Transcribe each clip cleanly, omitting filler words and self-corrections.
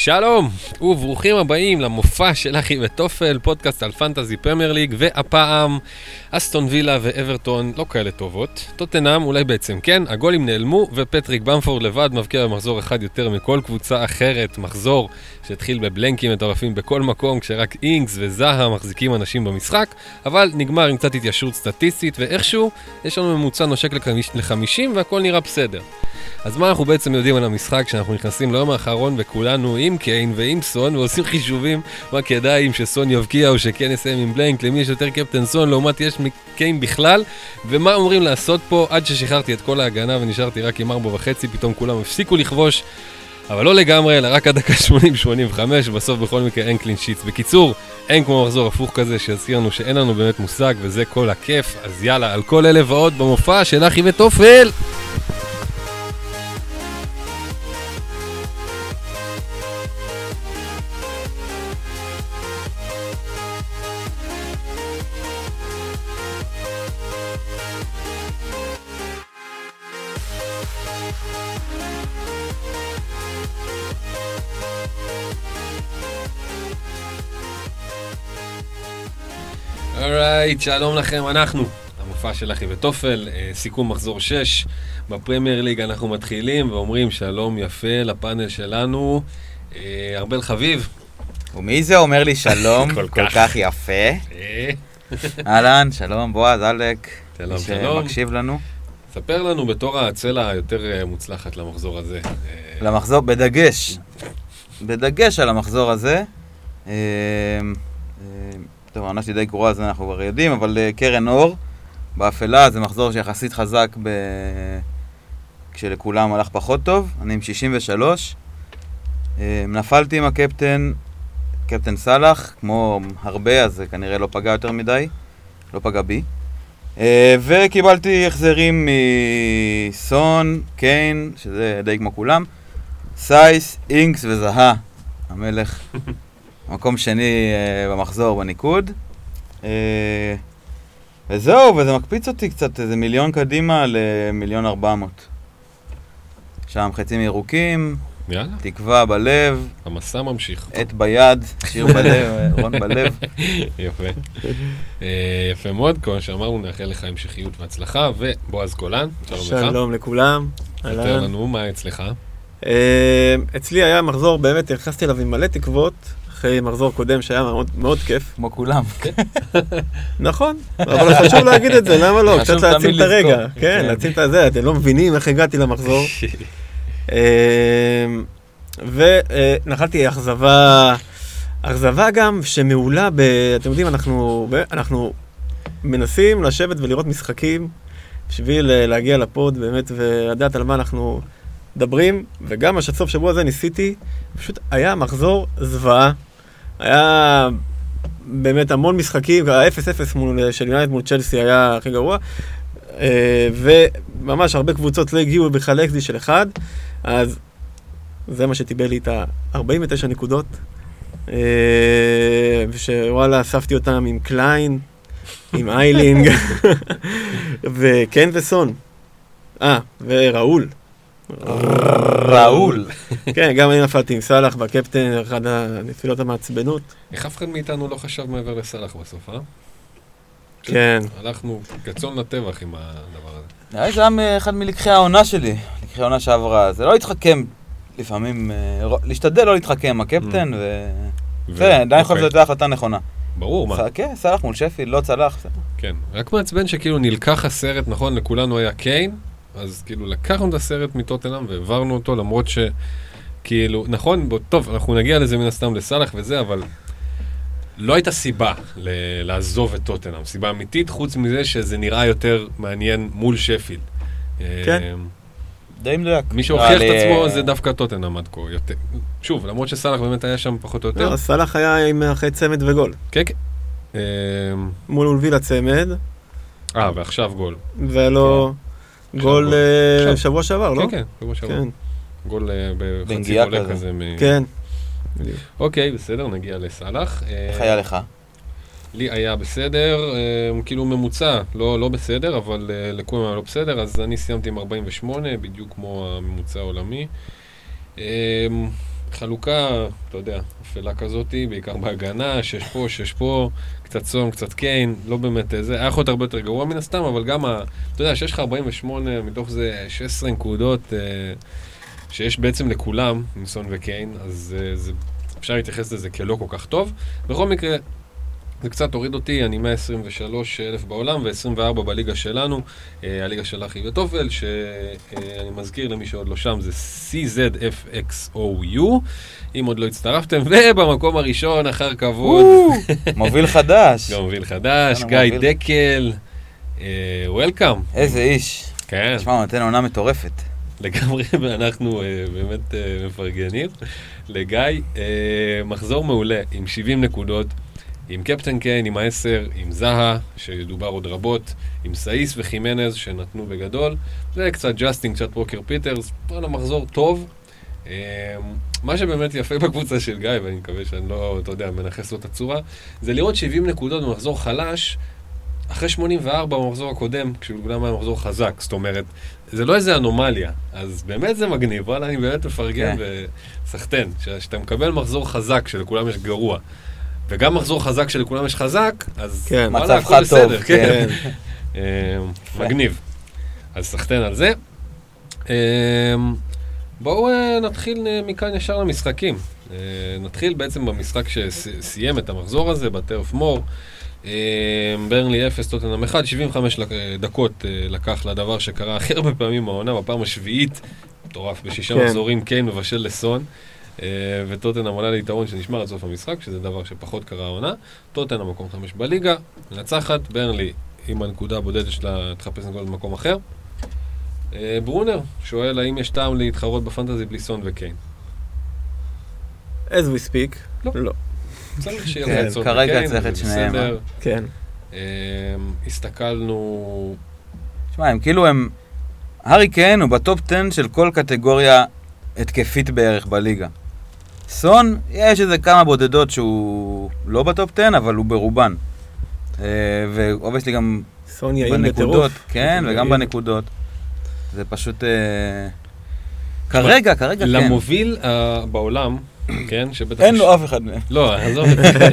שלום וברוכים הבאים למופע של אחי וטופל, פודקאסט על פנטזי פרמייר ליג, והפעם אסטון וילה ואברטון לא כאלה טובות. טוטנהאם אולי בעצם כן, הגולים נעלמו ופטריק במפורד לבד מבקיע במחזור אחד יותר מכל קבוצה אחרת, מחזור שהתחיל בבלנקים מטורפים בכל מקום כשרק אינגס וזהה מחזיקים אנשים במשחק, אבל נגמר עם קצת התיישרות סטטיסטית ואיכשהו יש לנו ממוצע נושק ל-50 והכל נראה בסדר. אז מה אנחנו בעצם יודעים על המשחק כשאנחנו נכנסים ליום האחרון וכולנו עם קיין ועם סון ועושים חישובים מה כדאי אם שסון יבקיע או שכן יסיים עם בלנק, למי יש יותר קפטן סון לעומת יש מקיין בכלל, ומה אומרים לעשות פה עד ששחררתי את כל ההגנה ונשארתי רק עם 4.5, פתאום כולם הפסיקו לכבוש, אבל לא לגמרי, אלא רק עד דקה 80-85, בסוף בכל מקרה אין קלין שיטס. בקיצור, אין כמו מחזור הפוך כזה שיזכיר לנו שאין לנו באמת מושג וזה כל הכיף, אז יאללה, על כל אלה ועוד במופע של אחי וטופל! אורייט, שלום לכם, אנחנו המופע של אחי וטופל, סיכום מחזור 6 בפרמייר ליג. אנחנו מתחילים ואומרים שלום יפה לפאנל שלנו, ארבל חביב. ומי זה אומר לי שלום כל כך יפה? אהלן, שלום, בועז, אלק, שלום, שלום. שמקשיב לנו. ספר לנו בתור הצלע היותר מוצלחת למחזור הזה. למחזור, בדגש על המחזור הזה. טוב, העונה שלי די גרועה, אז אנחנו כבר יודעים, אבל קרן אור, באפלה, זה מחזור שיחסית חזק כשלכולם הלך פחות טוב, אני עם 63. נפלתי עם קפטן סלאח, כמו הרבה, אז זה כנראה לא פגע יותר מדי, לא פגע בי. וקיבלתי החזרים מסון, קיין, שזה די כמו כולם, סייס, אינגס וזהה, המלך. מקום שני במחזור בניקוד. וזהו, וזה מקפיץ אותי קצת, איזה מיליון קדימה ל1,400,000. שם חצים ירוקים, יאללה. תקווה בלב. המסע ממשיך. עת ביד, שיר בלב, רון בלב. יפה. יפה מאוד, כמו שאמרנו, נאחל לך המשכיות והצלחה, ובועז קולן, שלום לך. שלום לכולם. תתאר לנו, מה אצלך? אצלי היה מחזור, באמת, נכנסתי אליו עם מלא תקוות, אחרי מחזור קודם שהיה מאוד, מאוד כיף. כמו כולם. נכון, אבל חשוב להגיד את זה, למה לא? קצת להציל את הרגע. כן, להציל את זה, אתם לא מבינים איך הגעתי למחזור. ונחלתי אכזבה גם שמעולה, אתם יודעים, אנחנו מנסים לשבת ולראות משחקים בשביל להגיע לפוד באמת ולדעת על מה אנחנו מדברים, וגם השסוף שבוע הזה ניסיתי, פשוט היה מחזור זוועה, היה באמת משחקים, ה-0-0 של יונייטד מול צ'לסי היה הכי גרוע, וממש הרבה קבוצות לא הגיעו בכלל XG של אחד, אז זה מה שטיבל לי את ה-49 נקודות, שוואלה, אספתי אותם עם קליין, עם איילינג, וקן וסון, וראול. ראול. כן, גם אני נפלתי עם סלאח בקפטן, אחד הנפילות המעצבנות. איך אף אחד מאיתנו לא חשב מעבר לסלאח בסוף, כן. הלכנו כצאן לטבח עם הדבר הזה. זה היה אחד מלקחי העונה שלי, לקחי העונה שעברה. זה לא להתחכם, לפעמים, להשתדל לא להתחכם, הקפטן, זה, עדיין יכול להיות החלטה נכונה. ברור, מה? כן, סלאח מול שפיל, לא צלח. כן, רק מעצבן שכאילו נלקח הסרט, נכון, לכולנו היה קיין, אז כאילו לקחנו את הסרט מטוטנהאם והעברנו אותו, למרות שכאילו, נכון, טוב, אנחנו נגיע לזה מן הסתם לסלאח וזה, אבל לא הייתה סיבה לעזוב את טוטנהאם, סיבה אמיתית, חוץ מזה שזה נראה יותר מעניין מול שפילד. כן. די מדויק. מי שהוכיח את עצמו זה דווקא טוטנהאם עד כה. שוב, למרות שסלאח באמת היה שם פחות או יותר. לא, סלאח היה עם אחרי צמד וגול. כן, כן. מול וילה צמד. ועכשיו גול. ולא... גול שבוע שעבר, לא? כן, כן, שבוע שעבר. גול בחצי עולה כזה. כן. אוקיי, בסדר, נגיע לסלאח. איך היה לך? לי היה בסדר, כאילו ממוצע, לא בסדר, אבל לכולם היה לא בסדר, אז אני סיימתי עם 48, בדיוק כמו הממוצע העולמי. חלוקה, אתה יודע, אפלה כזאת, בעיקר בהגנה, 6 פה, קצת סון, קצת קיין, לא באמת זה, היה יכול להיות הרבה יותר גרוע מן הסתם, אבל גם, אתה יודע, שיש לך 48, מתוך זה 16 נקודות, שיש בעצם לכולם, עם סון וקיין, אז אפשר להתייחס לזה כלא כל כך טוב. בכל מקרה, זה קצת הוריד אותי, אני 123,000 בעולם ו-24 בליגה שלנו, הליגה של אחי וטופל, שאני מזכיר למי שעוד לא שם, זה CZFXOU, אם עוד לא הצטרפתם, ובמקום הראשון, אחר כבוד, מוביל חדש. גם מוביל חדש, גיא דקל, וולקאם. איזה איש. כן. תשמע, הוא נותן עונה מטורפת. לגמרי, ואנחנו באמת מפרגנים לגיא, מחזור מעולה עם 70 נקודות, עם קפטן קיין, עם ה-10, עם זהה, שדובר עוד רבות, עם סאיס וחימנז שנתנו בגדול, וקצת ג'סטין, קצת פרוקר פיטרס, וואלה, מחזור טוב. מה שבאמת יפה בקבוצה של גיא, ואני מקווה שאני לא, אתה יודע, מנחס לו את הצורה, זה לראות 70 נקודות במחזור חלש, אחרי 84 במחזור הקודם, כשגם היה מחזור חזק, זאת אומרת, זה לא איזה אנומליה, אז באמת זה מגניב, וואלה, אני באמת מפרגן וסחטן, שאתה מקבל מחזור חזק שלכולם יש גרוע, וגם מחזור חזק שלכולם יש חזק, אז וואלה, הכל בסדר, כן. מגניב. אז סחטן על זה. בואו נתחיל מכאן ישר למשחקים. נתחיל בעצם במשחק שסיים את המחזור הזה, בטרף מור. ברנלי 0, טוטנהאם 1, 75 דקות לקח לדבר שקרה הכי הרבה פעמים מהעונה, בפעם השביעית, מטורף, בשישה מחזורים קיין מבשל לסון, וטוטנהאם עולה ליתרון שנשמר עד סוף המשחק, שזה דבר שפחות קרה העונה. טוטנהאם מקום 5 בליגה, מנצחת, ברנלי עם הנקודה הבודדת שלה תחפש נקודות במקום אחר. ברונר שואל האם יש טעם להתחרות בפנטזי בלי סון וקיין. As we speak, לא. צריך שיהיה לך את סון וקיין, כרגע צריך את שניהם. כן. הסתכלנו... תשמע, הם כאילו הם... הארי קיין הוא בטופ 10 של כל קטגוריה התקפית בערך בליגה. סון, יש איזה כמה בודדות שהוא לא בטופ 10, אבל הוא ברובן. ואובייסלי גם סון יעיל בנקודות, בטירוף. כן, וגם בנקודות. זה פשוט... כרגע, כן. למוביל בעולם, כן, שבטח... אין לו אף אחד מהם. לא, עזוב.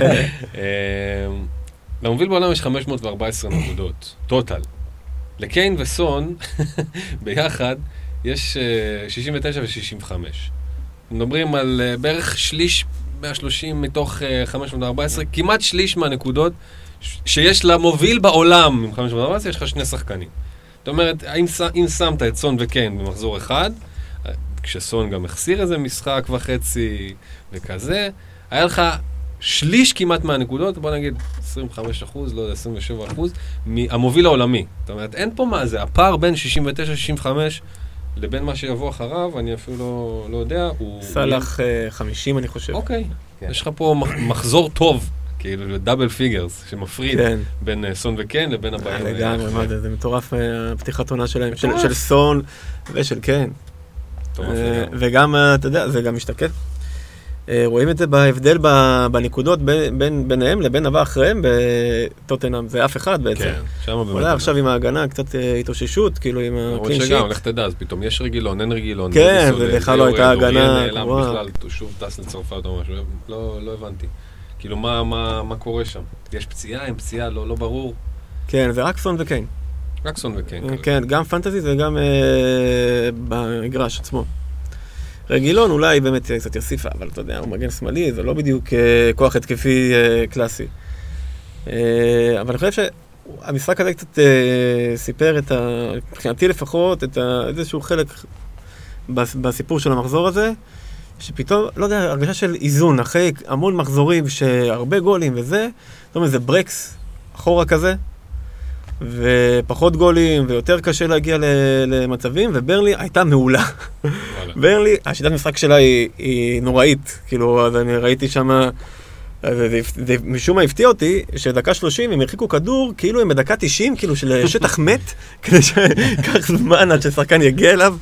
למוביל בעולם יש 514 נקודות, טוטל. לקיין וסון, ביחד, יש 69 ו-65. מדברים על בערך שליש 130 מתוך 514, כמעט שליש מהנקודות שיש למוביל בעולם עם 514, יש לך שני שחקנים. זאת אומרת, אם שמת את סון וקיין במחזור אחד, כשסון גם החסיר איזה משחק וחצי וכזה, היה לך שליש כמעט מהנקודות, בוא נגיד 25%, לא יודע, 27%, מהמוביל העולמי. זאת אומרת, אין פה מה זה, הפער בין 69-65 לבין מה שיבוא אחריו, אני אפילו לא יודע, הוא... סלח 50 אני חושב. אוקיי, יש לך פה מחזור טוב, כאילו דאבל פיגרס, שמפריד בין סון וקיין לבין הבאים. לגמרי, מה זה מטורף הפתיחת עונה שלהם, של סון ושל קיין. וגם, אתה יודע, זה גם משתקף. רואים את זה בהבדל בנקודות ביניהם לבין הבא אחריהם בטוטנהאם, זה אף אחד בעצם. כן, שם באמת. אולי עכשיו עם ההגנה קצת התאוששות, כאילו עם הקלין שיט. שגם, לך תדע, אז פתאום יש רגילון, אין רגילון. כן, ובכלל לא הייתה הגנה. נעלם בכלל, שוב טס לצרפת או משהו, לא הבנתי. כאילו, מה קורה שם? יש פציעה, אין פציעה, לא ברור. כן, זה רק סון וקיין. רק סון וקיין. כן, גם פנטזי וגם במגרש עצמו. רגילון אולי באמת קצת יוסיפה, אבל אתה יודע, הוא מגן שמאלי, זה לא בדיוק כוח התקפי קלאסי. אבל אני חושב שהמשחק הזה קצת סיפר מבחינתי לפחות, איזשהו חלק בסיפור של המחזור הזה, שפתאום, לא יודע, הרגשה של איזון, אחרי המון מחזורים שהרבה גולים וזה, זאת אומרת, זה ברקס אחורה כזה, ופחות גולים, ויותר קשה להגיע למצבים, וברלי הייתה מעולה. ברלי, השיטת משחק שלה היא נוראית, כאילו, אז אני ראיתי שם, משום מה הפתיע אותי, שדקה 30 הם הרחיקו כדור, כאילו הם בדקה 90, כאילו של שטח מת, כדי שיקח זמן עד ששחקן יגיע אליו,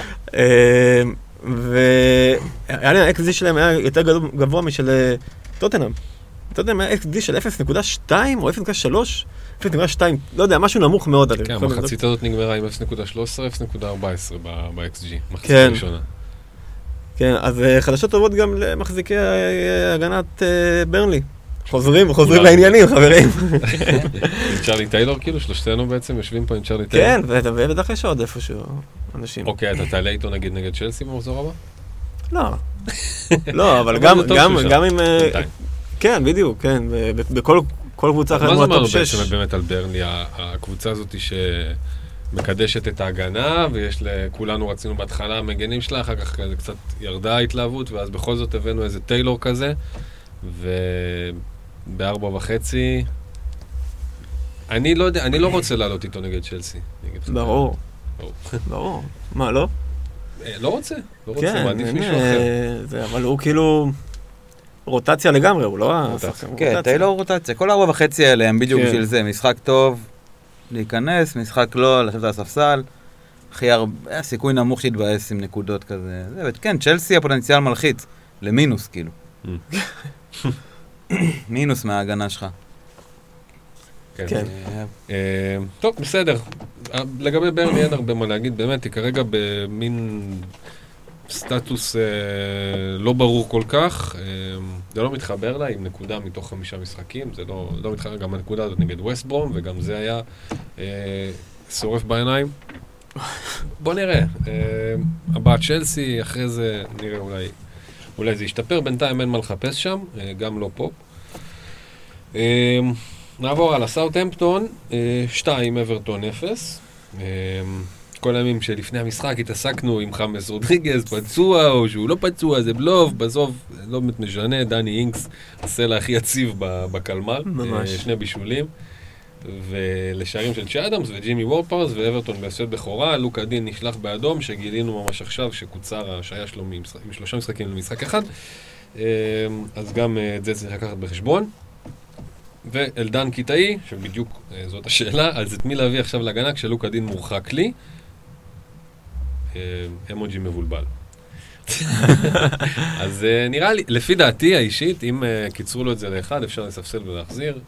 והיה לי ה-XD שלהם היה יותר גבוה משל טוטנהאם. טוטנהאם היה XD של 0.2 או 0.3, 0.2, לא יודע, משהו נמוך מאוד. כן, המחצית הזאת נגמרה עם 0.13, 0.14 ב-XG, מחצית ראשונה. כן, אז חדשות טובות גם למחזיקי הגנת ברנלי. חוזרים לעניינים, חברים. עם צ'רלי טיילור, כאילו, שלושתנו בעצם יושבים פה עם צ'רלי טיילור. כן, ובטח יש עוד איפשהו אנשים. אוקיי, אתה תעלה איתו נגיד נגד צ'לסי במחזור הבא? לא. לא, אבל גם עם... כן, בדיוק, כן. בכל קבוצה אחרת מהטופ 6. מה זה אמרנו בעצם באמת על ברנלי, הקבוצה הזאת שמקדשת את ההגנה, ויש לכולנו רצינו בהתחלה המגנים שלה, אחר כך קצת ירדה ההתלהבות, ואז בכל זאת הבאנו איזה טיילור כזה, וב4.5 אני לא יודע, אני לא רוצה לעלות איתו נגד צ'לסי. ברור. ברור. מה, לא? לא רוצה, כן, מעדיף מישהו אחר. אבל הוא כאילו רוטציה לגמרי, הוא לא השחקן. כן, טיילור רוטציה. כל 4.5 האלה הם בדיוק בשביל זה. משחק טוב, להיכנס, משחק לא, לשבת על הספסל. הכי הרבה, סיכוי נמוך שיתבאס עם נקודות כזה. כן, צ'לסי הפוטנציאל מלחיץ. למינוס, כאילו. מינוס מההגנה שלך. כן. טוב, בסדר. לגבי ברני אין הרבה מה להגיד, באמת, היא כרגע במין סטטוס לא ברור כל כך. זה לא מתחבר לה עם נקודה מתוך 5 משחקים, זה לא מתחבר גם הנקודה הזאת נגד ווסט ברום, וגם זה היה שורף בעיניים. בוא נראה. הבא צ'לסי, אחרי זה נראה אולי זה ישתפר, בינתיים אין מה לחפש שם, גם לא פה. נעבור על הסאות'המפטון, 2 אברטון 0. כל הימים שלפני המשחק התעסקנו עם חמאס רודריגז, פצוע או שהוא לא פצוע, זה בלוף, בסוף לא משנה, דני אינקס הסלע הכי יציב בקלמר, 2 בישולים. ולשערים של צ'ה אדמס וג'ימי וורפרס ואברטון בהפסד בכורה, לוק הדין נשלח באדום שגילינו ממש עכשיו שקוצר השעיה שלו עם 3 משחקים למשחק אחד, אז גם את זה צריך לקחת בחשבון. ואלדן קיטאי, שבדיוק זאת השאלה, אז את מי להביא עכשיו להגנה כשלוק הדין מורחק לי? אמוג'י מבולבל. אז נראה לי, לפי דעתי האישית, אם קיצרו לו את זה לאחד, אפשר לספסל ולהחזיר.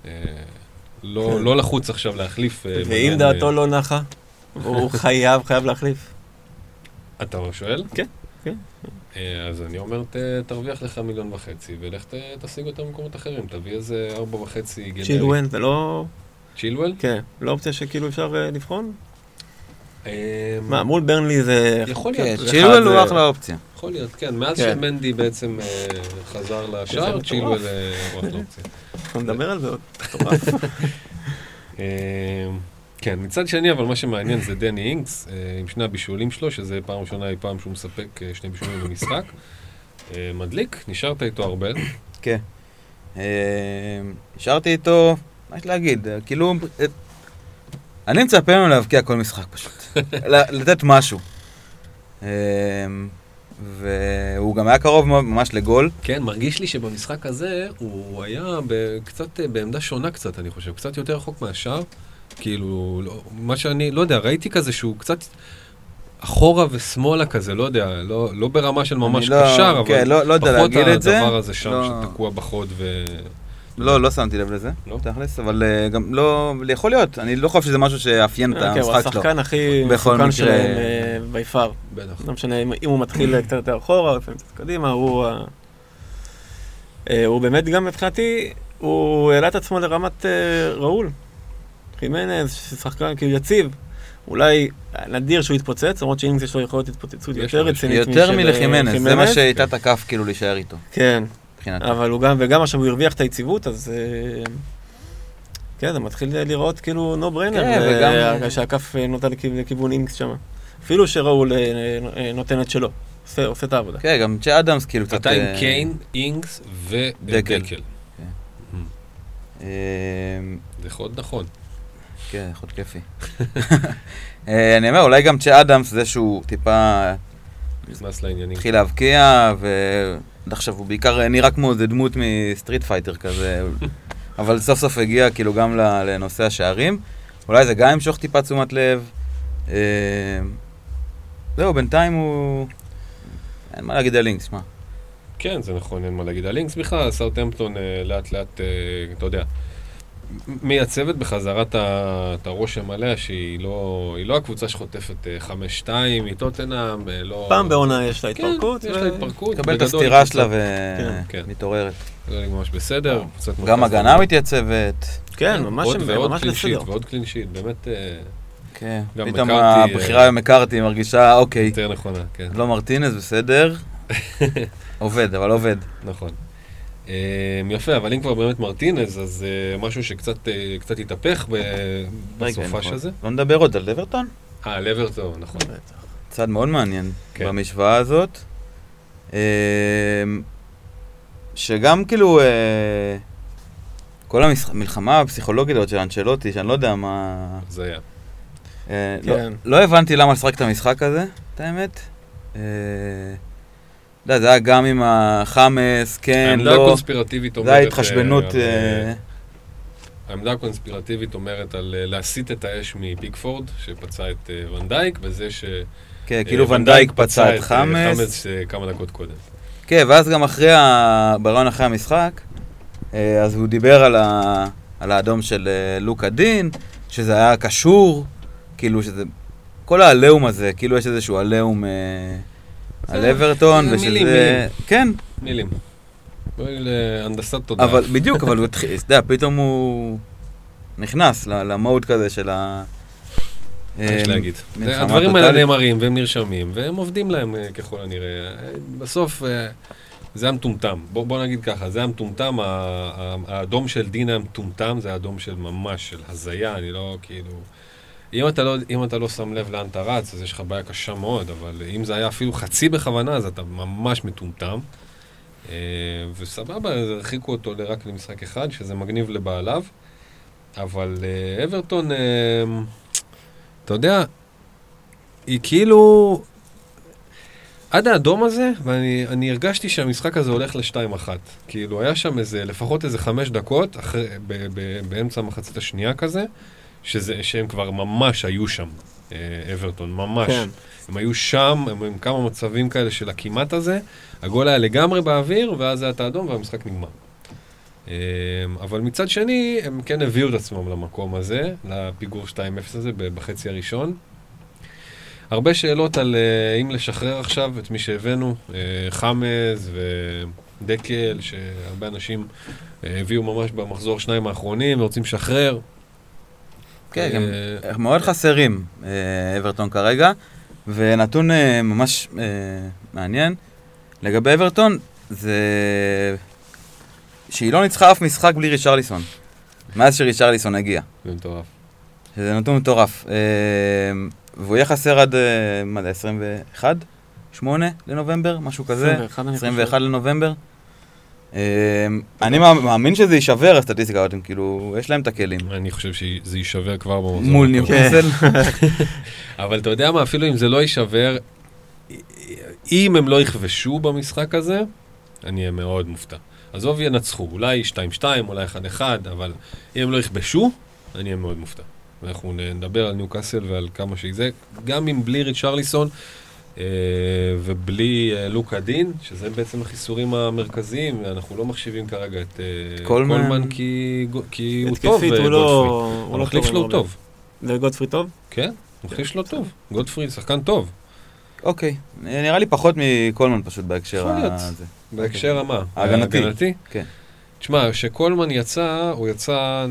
לא לחוץ עכשיו להחליף. ואם דעתו לא נחה, הוא חייב להחליף. אתה שואל? כן, כן. אז אני אומר, תרוויח לך 1.5 מיליון, ולך תשיג אותם במקומות אחרים. תביא איזה 4.5 גנרי. צ'ילואל, זה לא... צ'ילואל? כן. לא אופציה שכאילו אפשר לבחון? מה, מול ברנלי זה... יכול להיות. צ'ילואל הוא אחלה אופציה. יכול להיות, כן. מאז שמנדי בעצם חזר לשער, צ'ילואל הוא אחלה אופציה. אנחנו נדבר על זה עוד. כן, מצד שני, אבל מה שמעניין זה דני אינקס, עם 2 הבישולים שלו, שזה פעם ראשונה אי פעם שהוא מספק 2 בישולים במשחק. מדליק, נשארת איתו הרבה. כן. נשארתי איתו, מה יש להגיד, כאילו, אני מצפה ממנו להבקיע כל משחק פשוט. לתת משהו. והוא גם היה קרוב ממש לגול. כן, מרגיש לי שבמשחק הזה הוא היה קצת בעמדה שונה קצת, אני חושב, קצת יותר רחוק מהשאר. כאילו, מה שאני, לא יודע, ראיתי כזה שהוא קצת אחורה ושמאלה כזה, לא יודע, לא ברמה של ממש קשר, אבל פחות הדבר הזה שם שתקוע בחוד ו... לא שמתי לב לזה, תכלס, אבל גם לא, יכול להיות, אני לא חושב שזה משהו שיאפיין את המשחק שלו. הוא השחקן הכי מסוכן שלהם ביפר. בטח. לא משנה, אם הוא מתחיל קצת יותר אחורה, לפעמים קצת קדימה, הוא באמת גם מבחינתי, הוא העלה את עצמו לרמת ראול. חימנז, שחקן כאילו יציב. אולי נדיר שהוא יתפוצץ, למרות שאינגס יש לו יכולת התפוצצות יותר רצינית. יותר מלחימנז, זה מה שהייתה תקף כאילו להישאר איתו. כן. אבל הוא גם, וגם עכשיו הוא הרוויח את היציבות, אז כן, זה מתחיל לראות כאילו נו בריינר, שהכף נוטה לכיוון אינגס שם. אפילו שראול נותן את שלו, עושה את העבודה. כן, גם צ'ה אדמס כאילו קצת... אתה עם קיין, אינגס ודקל. זה חוד נכון. כן, חוד כיפי. אני אומר, אולי גם צ'ה אדמס זה שהוא טיפה... נכנס לעניינים. התחיל להבקיע, עכשיו הוא בעיקר נראה כמו איזה דמות מסטריט פייטר כזה, אבל סוף סוף הגיע כאילו גם לנושא השערים. אולי זה גם ימשוך טיפה תשומת לב. זהו, בינתיים הוא... אין מה להגיד על לינקס, מה? כן, זה נכון, אין מה להגיד על לינקס בכלל. סאות'המפטון לאט לאט, אתה יודע, מייצבת בחזרה את הרושם עליה, שהיא לא הקבוצה שחוטפת 5-2, היא טוטנהאם, לא... פעם בעונה יש לה התפרקות. יש לה התפרקות. קבל את הסתירה שלה ומתעוררת. זה ממש בסדר. גם הגנה מתייצבת. כן, ממש בסדר. ועוד קלינשיט, באמת... כן, פתאום הבחירה מקארתי מרגישה, אוקיי. יותר נכונה, כן. לא מרטינס, בסדר. עובד, אבל עובד. נכון. יפה, אבל אם כבר באמת מרטינס, אז משהו שקצת התהפך בסופה שזה. לא נדבר עוד על לברטון? לברטון, נכון. צד מאוד מעניין במשוואה הזאת. שגם כאילו, כל המלחמה הפסיכולוגית הזאת של אנצ'לוטי, שאני לא יודע מה... זה היה. לא הבנתי למה לשחק את המשחק הזה, את האמת. זה היה גם עם החמאס, כן, לא... העמדה הקונספירטיבית אומרת... זה היה התחשבנות... העמדה הקונספירטיבית אומרת על להסיט את האש מפיקפורד, שפצע את ונדייק, בזה ש... כן, כאילו ונדייק פצע את חמאס. חמאס כמה דקות קודם. כן, ואז גם ברעיון אחרי המשחק, אז הוא דיבר על האדום של לוקה דין, שזה היה קשור, כאילו שזה... כל העליהום הזה, כאילו יש איזשהו עליהום... על אברטון, מילים. כן. מילים. להנדסת תודעה. אבל בדיוק, אבל הוא התחיל, אתה יודע, פתאום הוא נכנס למוד כזה של ה... יש להגיד. הדברים האלה נאמרים והם נרשמים, והם עובדים להם ככל הנראה. בסוף זה המטומטם. בוא נגיד ככה, זה המטומטם, האדום של דינה המטומטם, זה האדום של ממש, של הזיה, אני לא כאילו... אם אתה לא שם לב לאן אתה רץ, אז יש לך בעיה קשה מאוד, אבל אם זה היה אפילו חצי בכוונה, אז אתה ממש מטומטם. וסבבה, הרחיקו אותו רק למשחק אחד, שזה מגניב לבעליו. אבל אברטון, אתה יודע, היא כאילו... עד האדום הזה, ואני הרגשתי שהמשחק הזה הולך ל-2-1. כאילו, היה שם לפחות איזה 5 דקות, באמצע המחצית השנייה כזה, שהם כבר ממש היו שם, אברטון, ממש. כן. הם היו שם, הם עם כמה מצבים כאלה של הכמעט הזה, הגול היה לגמרי באוויר, ואז היה את האדום והמשחק נגמר. אבל מצד שני, הם כן הביאו את עצמם למקום הזה, לפיגור 2-0 הזה בחצי הראשון. הרבה שאלות על אם לשחרר עכשיו את מי שהבאנו, חמאס ודקל, שהרבה אנשים הביאו ממש במחזור 2 האחרונים, ורוצים לשחרר. כן, הם מאוד חסרים, אברטון כרגע, ונתון ממש מעניין. לגבי אברטון, זה שהיא לא ניצחה אף משחק בלי ריצ'רליסון, מאז שריצ'רליסון הגיע. זה מטורף. זה נתון מטורף. והוא יהיה חסר עד 21? 8 לנובמבר? משהו כזה? 21 לנובמבר. אני מאמין שזה יישבר הסטטיסטיקה, כאילו, יש להם את הכלים. אני חושב שזה יישבר כבר במחזור. מול ניוקאסל. אבל אתה יודע מה, אפילו אם זה לא יישבר, אם הם לא יכבשו במשחק הזה, אני אהיה מאוד מופתע. עזוב ינצחו, אולי 2-2, אולי 1-1, אבל אם הם לא יכבשו, אני אהיה מאוד מופתע. ואנחנו נדבר על ניוקאסל ועל כמה שזה, גם אם בלי ריצ'רליסון, ובלי לוקה דין, שזה בעצם החיסורים המרכזיים, אנחנו לא מחשיבים כרגע את קולמן כי הוא טוב, גודפרי. המחליף שלו הוא טוב. וגודפרי טוב? כן, המחליף שלו טוב. גודפרי שחקן טוב. אוקיי, נראה לי פחות מקולמן פשוט בהקשר הזה. בהקשר המה? ההגנתי? כן. תשמע, שקולמן יצא, הוא יצא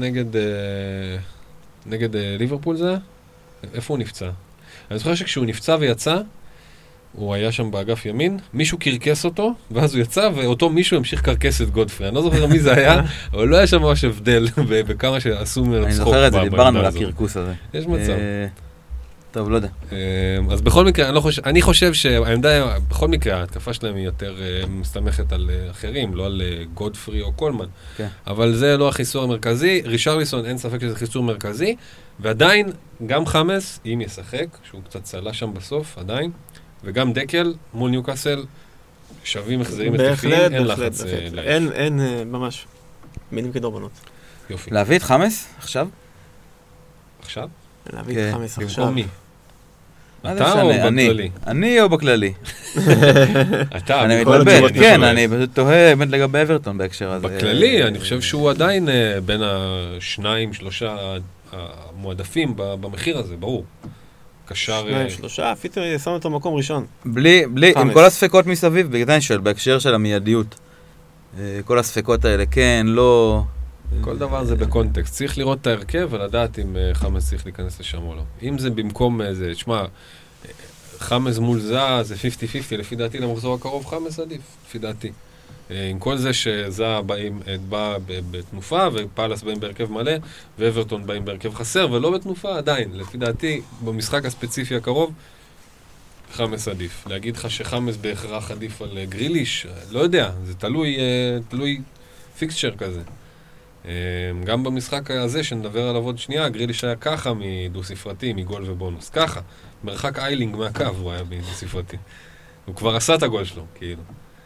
נגד ליברפול זה? איפה הוא נפצע? אני זוכר שכשהוא נפצע ויצא, הוא היה שם באגף ימין, מישהו קרקס אותו, ואז הוא יצא, ואותו מישהו המשיך קרקס את גודפרי. אני לא זוכר מי זה היה, אבל לא היה שם ממש הבדל בכמה שעשו ממנו צחוק. אני זוכר את זה, דיברנו על הקרקוס הזה. יש מצב. טוב, לא יודע. אז בכל מקרה, אני חושב שהעמדה, בכל מקרה, ההתקפה שלהם היא יותר מסתמכת על אחרים, לא על גודפרי או קולמן. אבל זה לא החיסור המרכזי. ריצ'רליסון, אין ספק שזה חיסור מרכזי, ועדיין, גם חמאס, אם ישחק, שהוא קצת צלה שם בסוף, עדיין, וגם דקל מול ניוקאסל, שווים החזרים התקפיים, אין לחץ. אין ממש, מילים כדורבנות. יופי. להביא את חמאס עכשיו? עכשיו? להביא את חמאס עכשיו. במקום מי? אתה או בכללי? אני או בכללי? אתה, אני בכל מתלבט, התשובות כן, אני אני פשוט תוהה באמת לגבי אברטון בהקשר הזה. בכללי, אני חושב שהוא עדיין בין השניים, שלושה המועדפים במחיר הזה, ברור. קשר... שניים, שלושה, פיטר שם אותו מקום ראשון. בלי, עם חמש. כל הספקות מסביב, בגלל זה אני שואל, בהקשר של המיידיות. כל הספקות האלה, כן, לא... כל דבר זה בקונטקסט. צריך לראות את ההרכב ולדעת אם חמאס צריך להיכנס לשם או לא. אם זה במקום זה, תשמע, חמאס מול זה 50-50, לפי דעתי למחזור הקרוב חמאס עדיף, לפי דעתי. עם כל זה שזה בא בתנופה, ופאלס באים בהרכב מלא, ואברטון באים בהרכב חסר, ולא בתנופה עדיין. לפי דעתי, במשחק הספציפי הקרוב, חמאס עדיף. להגיד לך שחמאס בהכרח עדיף על גריליש, לא יודע, זה תלוי פיקסצ'ר כזה. גם במשחק הזה, שנדבר עליו עוד שנייה, גריליש היה ככה מדו ספרתי, מגול ובונוס. ככה, מרחק איילינג מהקו הוא היה מדו ספרתי. הוא כבר עשה את הגול שלו, כאילו.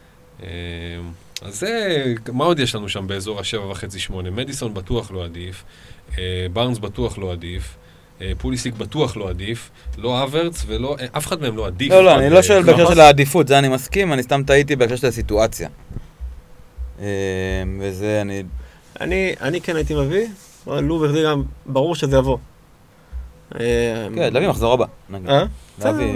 אז זה, מה עוד יש לנו שם באזור ה-7.5-8? מדיסון בטוח לא עדיף, בארנס בטוח לא עדיף, פוליסיק בטוח לא עדיף, לא אברץ ולא, אף אחד מהם לא עדיף. לא, אני לא שואל בהקשר של העדיפות, זה אני מסכים, אני סתם טעיתי בהקשר של הסיטואציה. וזה אני כן הייתי מביא, אבל לו בכדי גם ברור שזה יבוא. כן, להביא מחזור הבא. להביא,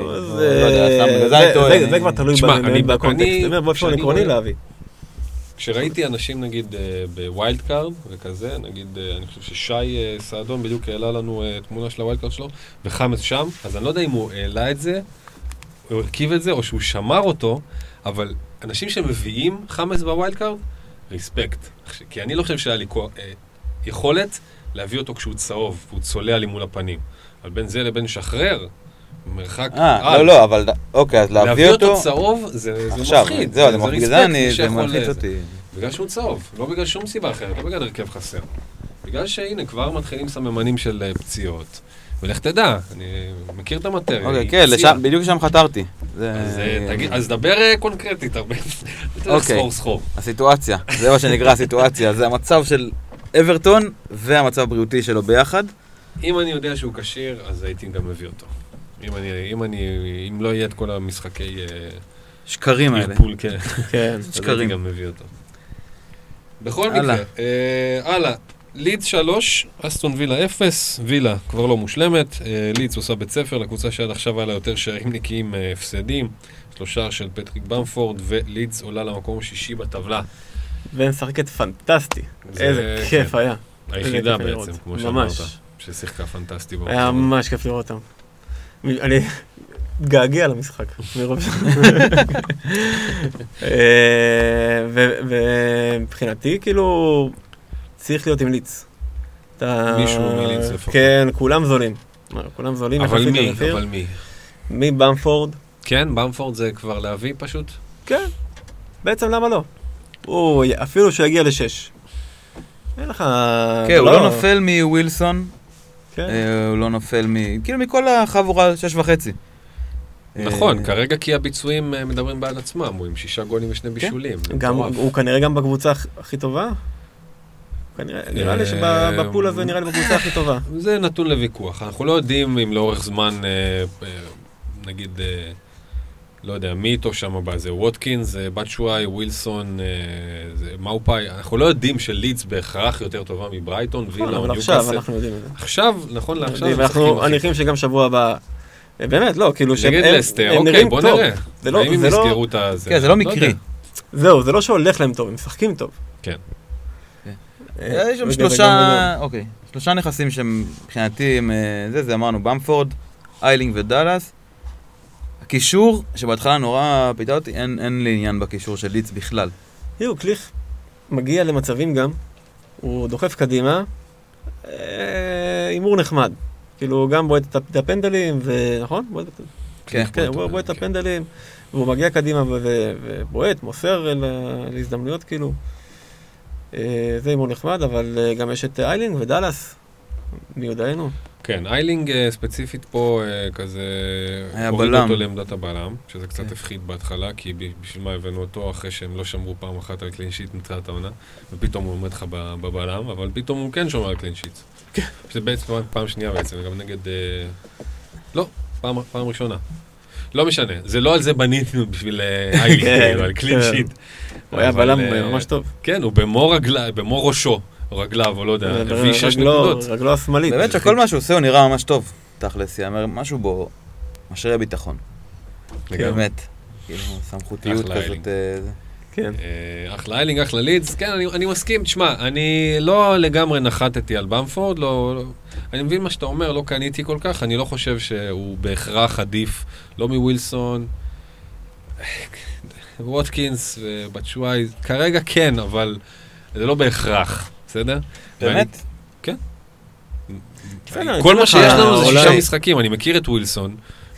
זה כבר תלוי בקונטקסט. אומר, באופן עקרוני להביא. כשראיתי אנשים, נגיד, בווילד קארד וכזה, נגיד, אני חושב ששי סעדון בדיוק העלה לנו תמונה של הווילד קארד שלו, וחמאס שם, אז אני לא יודע אם הוא העלה את זה, הוא הרכיב את זה, או שהוא שמר אותו, אבל אנשים שמביאים חמאס בווילד קארד, ריספקט. כי אני לא חושב שהיה לי יכולת להביא אותו כשהוא צהוב, והוא צולע לי מול הפנים. אבל בין זה לבין שחרר, מרחק... לא, אבל אוקיי, אז להביא אותו צהוב, זה עכשיו, מפחיד. זהו, זה מלחיץ אותי. בגלל שהוא צהוב, לא בגלל שום סיבה אחרת, לא בגלל הרכב חסר. בגלל שהנה, כבר מתחילים סממנים של פציעות. ולך תדע, אני מכיר את המטריה. אוקיי, כן, בדיוק שם חתרתי. אז דבר קונקרטית הרבה. אוקיי, הסיטואציה, זה מה שנקרא הסיטואציה, זה המצב של אברטון והמצב הבריאותי שלו ביחד. אם אני יודע שהוא קשיר, אז הייתי גם מביא אותו. אם לא יהיה את כל המשחקי... שקרים האלה. כן. אז הייתי גם מביא אותו. בכל מקרה, הלאה. לידס 3, אסטון וילה 0, וילה כבר לא מושלמת, לידס עושה בית ספר לקבוצה שעד עכשיו היה לה יותר שערים נקיים הפסדים, 3 של פטריק במפורד, ולידס עולה למקום השישי בטבלה. ומשחקת פנטסטי, איזה כיף היה. היחידה בעצם, כמו שאמרת, ששיחקה פנטסטי. היה ממש כיף לראות אותם. אני געגע למשחק, ומבחינתי כאילו... צריך להיות עם ליץ. מישהו מליץ לפחות. כן, כולם זולים. כולם זולים. אבל מי? אבל מי? מי? במפורד. כן, במפורד זה כבר להביא פשוט? כן. בעצם למה לא? אפילו שהוא יגיע ל6. אין לך... כן, הוא לא נופל מווילסון. כן. הוא לא נופל כאילו מכל החבורה 6.5. נכון, כרגע כי הביצועים מדברים בעד עצמם. הוא עם 6 גולים ו2 בישולים. הוא כנראה גם בקבוצה הכי טובה. נראה לי שבפול הזה נראה לי בקבוצה הכי טובה. זה נתון לוויכוח. אנחנו לא יודעים אם לאורך זמן, נגיד, לא יודע, מי איתו שם הבא, זה ווטקינס, בטשואי, ווילסון, מאופאי. אנחנו לא יודעים שלידס בהכרח יותר טובה מברייטון, וילה או ניוקאסל. עכשיו אנחנו יודעים את זה. עכשיו, נכון לעכשיו. אנחנו מניחים שגם שבוע הבא, באמת, לא, כאילו נגד לסטר, אוקיי, בוא נראה. האם הם נסגרו את זה? כן, זה לא מקרי. זהו, זה לא שהולך להם טוב, הם משחקים טוב. כן. יש שם שלושה נכסים שמבחינתי הם זה אמרנו, במפורד, איילינג ודלס. הקישור, שבהתחלה נורא פיתה אותי, אין לי עניין בקישור של ליץ בכלל. קליך מגיע למצבים גם, הוא דוחף קדימה, אימור נחמד. כאילו גם בועט את הפנדלים, נכון? כן, הוא בועט את הפנדלים, והוא מגיע קדימה ובועט, מוסר להזדמנויות כאילו. זה אימון נחמד, אבל גם יש את איילינג ודלס, מי יודענו. כן, איילינג ספציפית פה כזה הוריד אותו לעמדת הבלם, שזה קצת הפחיד בהתחלה, כי בשביל מה הבאנו אותו אחרי שהם לא שמרו פעם אחת על קלינשיט מתחילת העונה, ופתאום הוא עומד לך בבלם, אבל פתאום הוא כן שומר על קלינשיט. שזה בעצם פעם שנייה בעצם, גם נגד... לא, פעם ראשונה. לא משנה, זה לא על זה בנינו בשביל איילי, כאילו, על קלין שיט. הוא היה בלם ממש טוב. כן, הוא במו ראשו, רגליו, או לא יודע, הביא 6 נקודות. רגלו השמאלית. באמת שכל מה שהוא עושה הוא נראה ממש טוב, תכלס, יאמר משהו בו משרה ביטחון. באמת, כאילו, סמכותיות כזאת. כן. אחלה איילינג, אחלה לידס, כן, אני מסכים, תשמע, אני לא לגמרי נחתתי על במפורד, אני מבין מה שאתה אומר, לא קניתי כל כך, אני לא חושב שהוא בהכרח עדיף, לא מווילסון, ווטקינס ובצ'וואי, כרגע כן, אבל זה לא בהכרח, בסדר? באמת? כן. כל מה שיש לנו זה 6 משחקים, אני מכיר את ווילסון,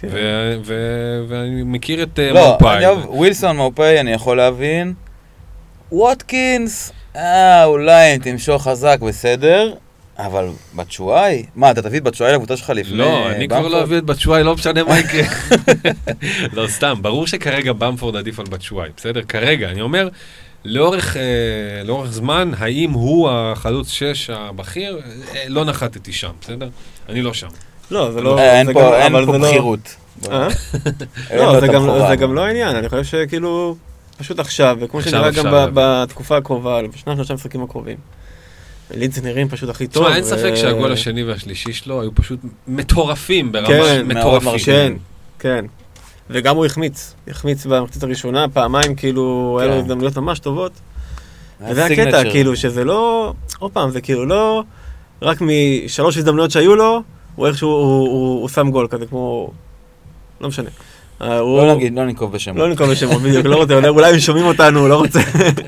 ואני מכיר את מאופאי. לא, ווילסון, מאופאי, אני יכול להבין. ווטקינס, אולי אם תמשוך חזק בסדר, אבל בצ'וואי? מה, אתה תביא את בצ'וואי לקבוצה שלך לפני במפורד? לא, אני כבר לא אביא את בצ'וואי, לא משנה מה יקרה. לא, סתם, ברור שכרגע במפורד עדיף על בצ'וואי, בסדר? כרגע, אני אומר, לאורך זמן, האם הוא החלוץ 6 הבכיר? לא נחתתי שם, בסדר? אני לא שם. לא, זה לא... אין פה בחירות. לא, זה גם לא העניין, אני חושב שכאילו, פשוט עכשיו, וכמו שנראה גם בתקופה הקרובה, בשניים משחקים הקרובים. לידס נראים פשוט הכי טוב. אין ספק שהגול השני והשלישי שלו היו פשוט מטורפים, ברמה מטורפים. כן, וגם הוא החמיץ במחצית הראשונה, פעמיים כאילו, היה לו הזדמנויות ממש טובות. וזה הקטע, כאילו, שזה לא, עוד פעם, זה כאילו לא, רק משלוש הזדמנויות שהיו לו, הוא איכשהו, הוא שם גול כזה, כמו, לא משנה. לא ננקוב בשמות. לא ננקוב בשמות, בדיוק, לא רוצה, אולי הם שומעים אותנו, לא רוצה.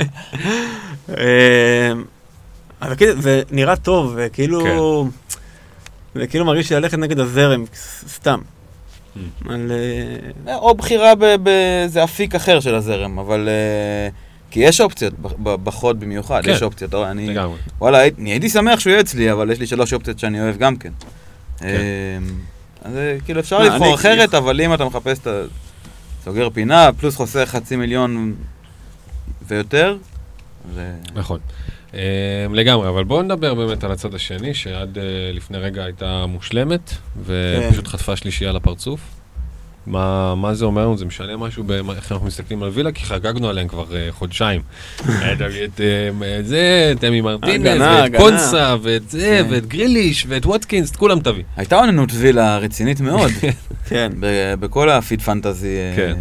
אבל כאילו, זה נראה טוב, וכאילו, זה כאילו מרגיש ללכת נגד הזרם, סתם. או בחירה באיזה אפיק אחר של הזרם, אבל... כי יש אופציות, בחוד במיוחד, יש אופציות. וואלה, הייתי שמח שהוא יהיה אצלי, אבל יש לי 3 אופציות שאני אוהב גם כן. אז כאילו אפשר לבחור אחרת, אבל אם אתה מחפש את סוגר פינה, פלוס חוסך 500,000 ויותר. נכון. לגמרי, אבל בואו נדבר באמת על הצד השני, שעד לפני רגע הייתה מושלמת, ופשוט חטפה שלישייה לפרצוף. מה זה אומר לנו? זה משנה משהו איך אנחנו מסתכלים על וילה? כי חגגנו עליהם כבר חודשיים. את זה, את אמי מרטינז, ואת קונסה, ואת זה, ואת גריליש, ואת ווטקינס, את כולם תביא. הייתה עוננות וילה רצינית מאוד. כן. בכל הפיד פנטזי. כן.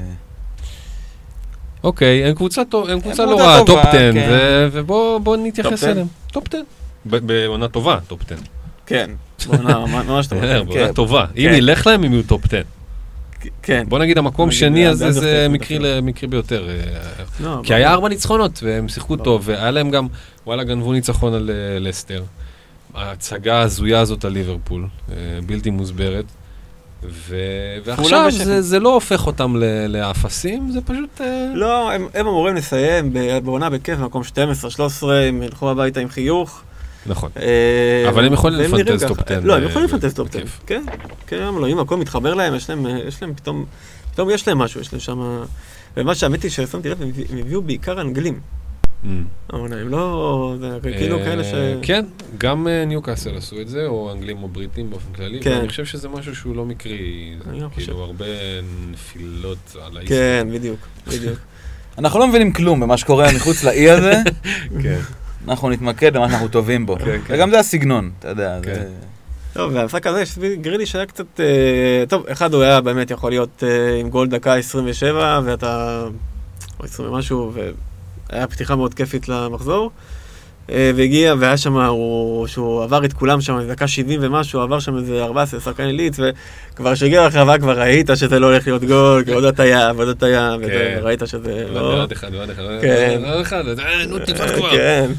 אוקיי, הם קבוצה לא רעה, טופ 10, ובואו נתייחס אליהם. טופ 10. בעונה טובה, טופ 10. כן, בעונה ממש טובה. בעונה טובה. אם ילך להם, הם יהיו טופ 10. כן. בוא נגיד, המקום שני הזה זה מקרי ביותר. כי היה 4 ניצחונות, והם שיחקו טוב, והיה להם גם, וואלה, גנבו ניצחון על לסטר. ההצגה ההזויה הזאת על ליברפול, בלתי מוסברת. ועכשיו זה לא הופך אותם לאפסים, זה פשוט... לא, הם אמורים לסיים בעונה בכיף, במקום 12-13, הם ילכו הביתה עם חיוך. נכון. אבל הם יכולים לפנטז טופ 10. לא, הם יכולים לפנטז טופ 10. כן, כן, לא, אם הכל מתחבר להם, יש להם פתאום יש להם משהו, יש להם שם... ומה שהאמת ששמתי לב, הם הביאו בעיקר אנגלים. אבל הם לא... זה כאילו כאלה ש... כן, גם ניוקאסל עשו את זה, או אנגלים או בריטים באופן כללי, ואני חושב שזה משהו שהוא לא מקרי, כאילו הרבה נפילות על האיסטר. כן, בדיוק. אנחנו לא מבינים כלום במה שקורה מחוץ לאי הזה. כן. אנחנו נתמקד במה שאנחנו טובים בו. וגם זה הסגנון, אתה יודע. טוב, והמשחק הזה, גריליש היה קצת... טוב, אחד הוא היה באמת יכול להיות עם גול דקה 27, ואתה... או 20 ומשהו, והיה פתיחה מאוד כיפית למחזור. והגיע, והיה שם, שהוא עבר את כולם שם, דקה 70 ומשהו, עבר שם איזה 14 שחקן עילית, וכבר שהגיע לחרבה כבר ראית שזה לא הולך להיות גול, כי עוד הטיה, וראית שזה לא... ועוד אחד. כן. נו, תפת כבר. כן.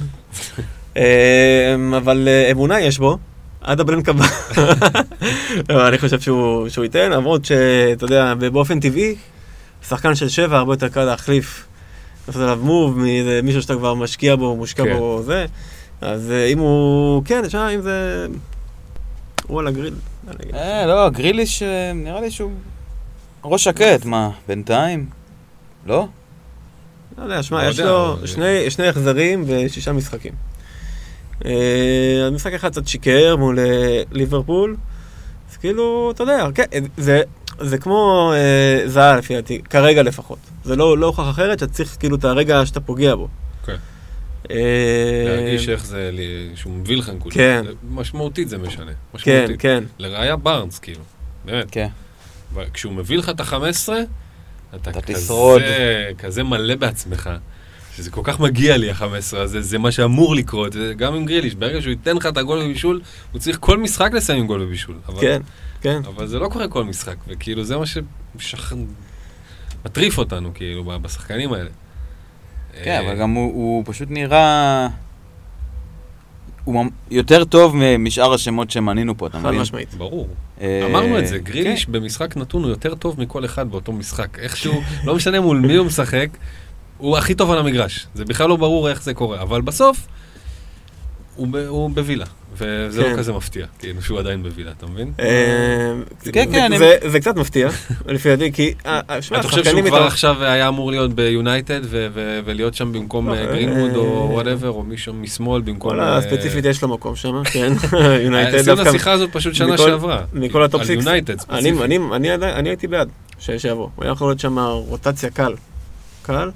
אבל אמונה יש בו, עד הברנק הבא. אני חושב שהוא ייתן, למרות שאתה יודע, באופן טבעי, שחקן של 7 הרבה יותר קל להחליף. לעשות עליו מוב, מישהו שאתה כבר משקיע בו, מושקע בו, זה. אז אם הוא... כן, אם זה... הוא על הגריל. לא, גריליש, נראה לי שהוא... ראש שקט, מה? בינתיים? לא? לא יודע, שמע, יש לו שני החזרים ו6 משחקים. משחק אחד קצת שיקר מול ליברפול, אז כאילו, אתה יודע, כן, זה... זה כמו זהה לפי דעתי, כרגע לפחות. זה לא הוכח אחרת, שאתה צריך כאילו את הרגע שאתה פוגע בו. כן. להרגיש איך זה, שהוא מביא לך נקודה. כן. משמעותית זה משנה. כן, כן. לראיה בארנס, כאילו. באמת. כן. כשהוא מביא לך את ה-15, אתה תשרוד. כזה מלא בעצמך, שזה כל כך מגיע לי ה-15 הזה, זה מה שאמור לקרות, גם עם גריליש, ברגע שהוא ייתן לך את הגול בבישול, הוא צריך כל משחק לסיים עם גול בבישול. כן, כן. אבל זה לא קורה כל משחק, וכאילו זה מה מטריף אותנו, כאילו, בשחקנים האלה. כן, אבל גם הוא פשוט נראה... הוא יותר טוב משאר השמות שמנינו פה, אתה מבין? חד משמעית. ברור. אמרנו את זה, גריליש במשחק נתון הוא יותר טוב מכל אחד באותו משחק. איכשהו, לא משנה מול מי הוא משחק, הוא הכי טוב על המגרש. זה בכלל לא ברור איך זה קורה, אבל בסוף הוא בווילה, וזה לא כזה מפתיע, כאילו שהוא עדיין בווילה, אתה מבין? כן, זה קצת מפתיע, לפי דעתי, כי... אתה חושב שהוא כבר עכשיו היה אמור להיות ביונייטד, ולהיות שם במקום גרינווד או whatever, או מישהו משמאל במקום... כל הספציפית יש לו מקום שם, כן, יונייטד. עשינו השיחה הזאת פשוט שנה שעברה. מכל הטופ סיקס. על יונייטד ספציפית. אני הייתי בעד שיבוא. הוא היה יכול להיות שם רוטציה קל.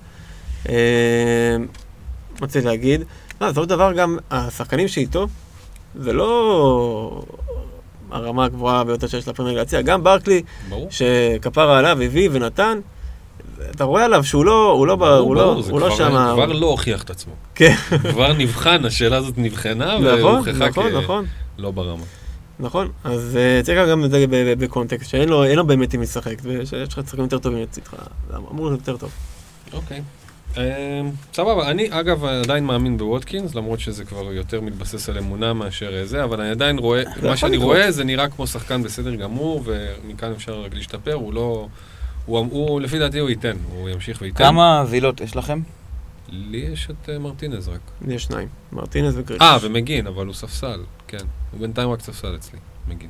רציתי להגיד, זה עוד דבר גם, השחקנים שאיתו, זה לא הרמה הגבוהה ביותר שיש לפרמייר להציע. גם ברקלי, שכפרה עליו, הביא ונתן, אתה רואה עליו שהוא לא שם... כבר לא הוכיח את עצמו. כן. כבר נבחן, השאלה הזאת נבחנה, והוכחה לא ברמה. נכון, אז צריך גם את זה בקונטקסט, שאין לו באמת עם לשחק, ויש לך שחקנים יותר טובים אצלך, זה אמור להיות יותר טוב. אוקיי. סבבה, אני אגב עדיין מאמין בווטקינס, למרות שזה כבר יותר מתבסס על אמונה מאשר זה, אבל אני עדיין רואה, מה שאני רואה זה נראה כמו שחקן בסדר גמור, ומכאן אפשר רק להשתפר, הוא לפי דעתי הוא ייתן, הוא ימשיך וייתן. כמה וילות יש לכם? לי יש את מרטינז רק. לי יש 2, מרטינז וגריליש. ומגין, אבל הוא ספסל, כן. הוא בינתיים רק ספסל אצלי, מגין.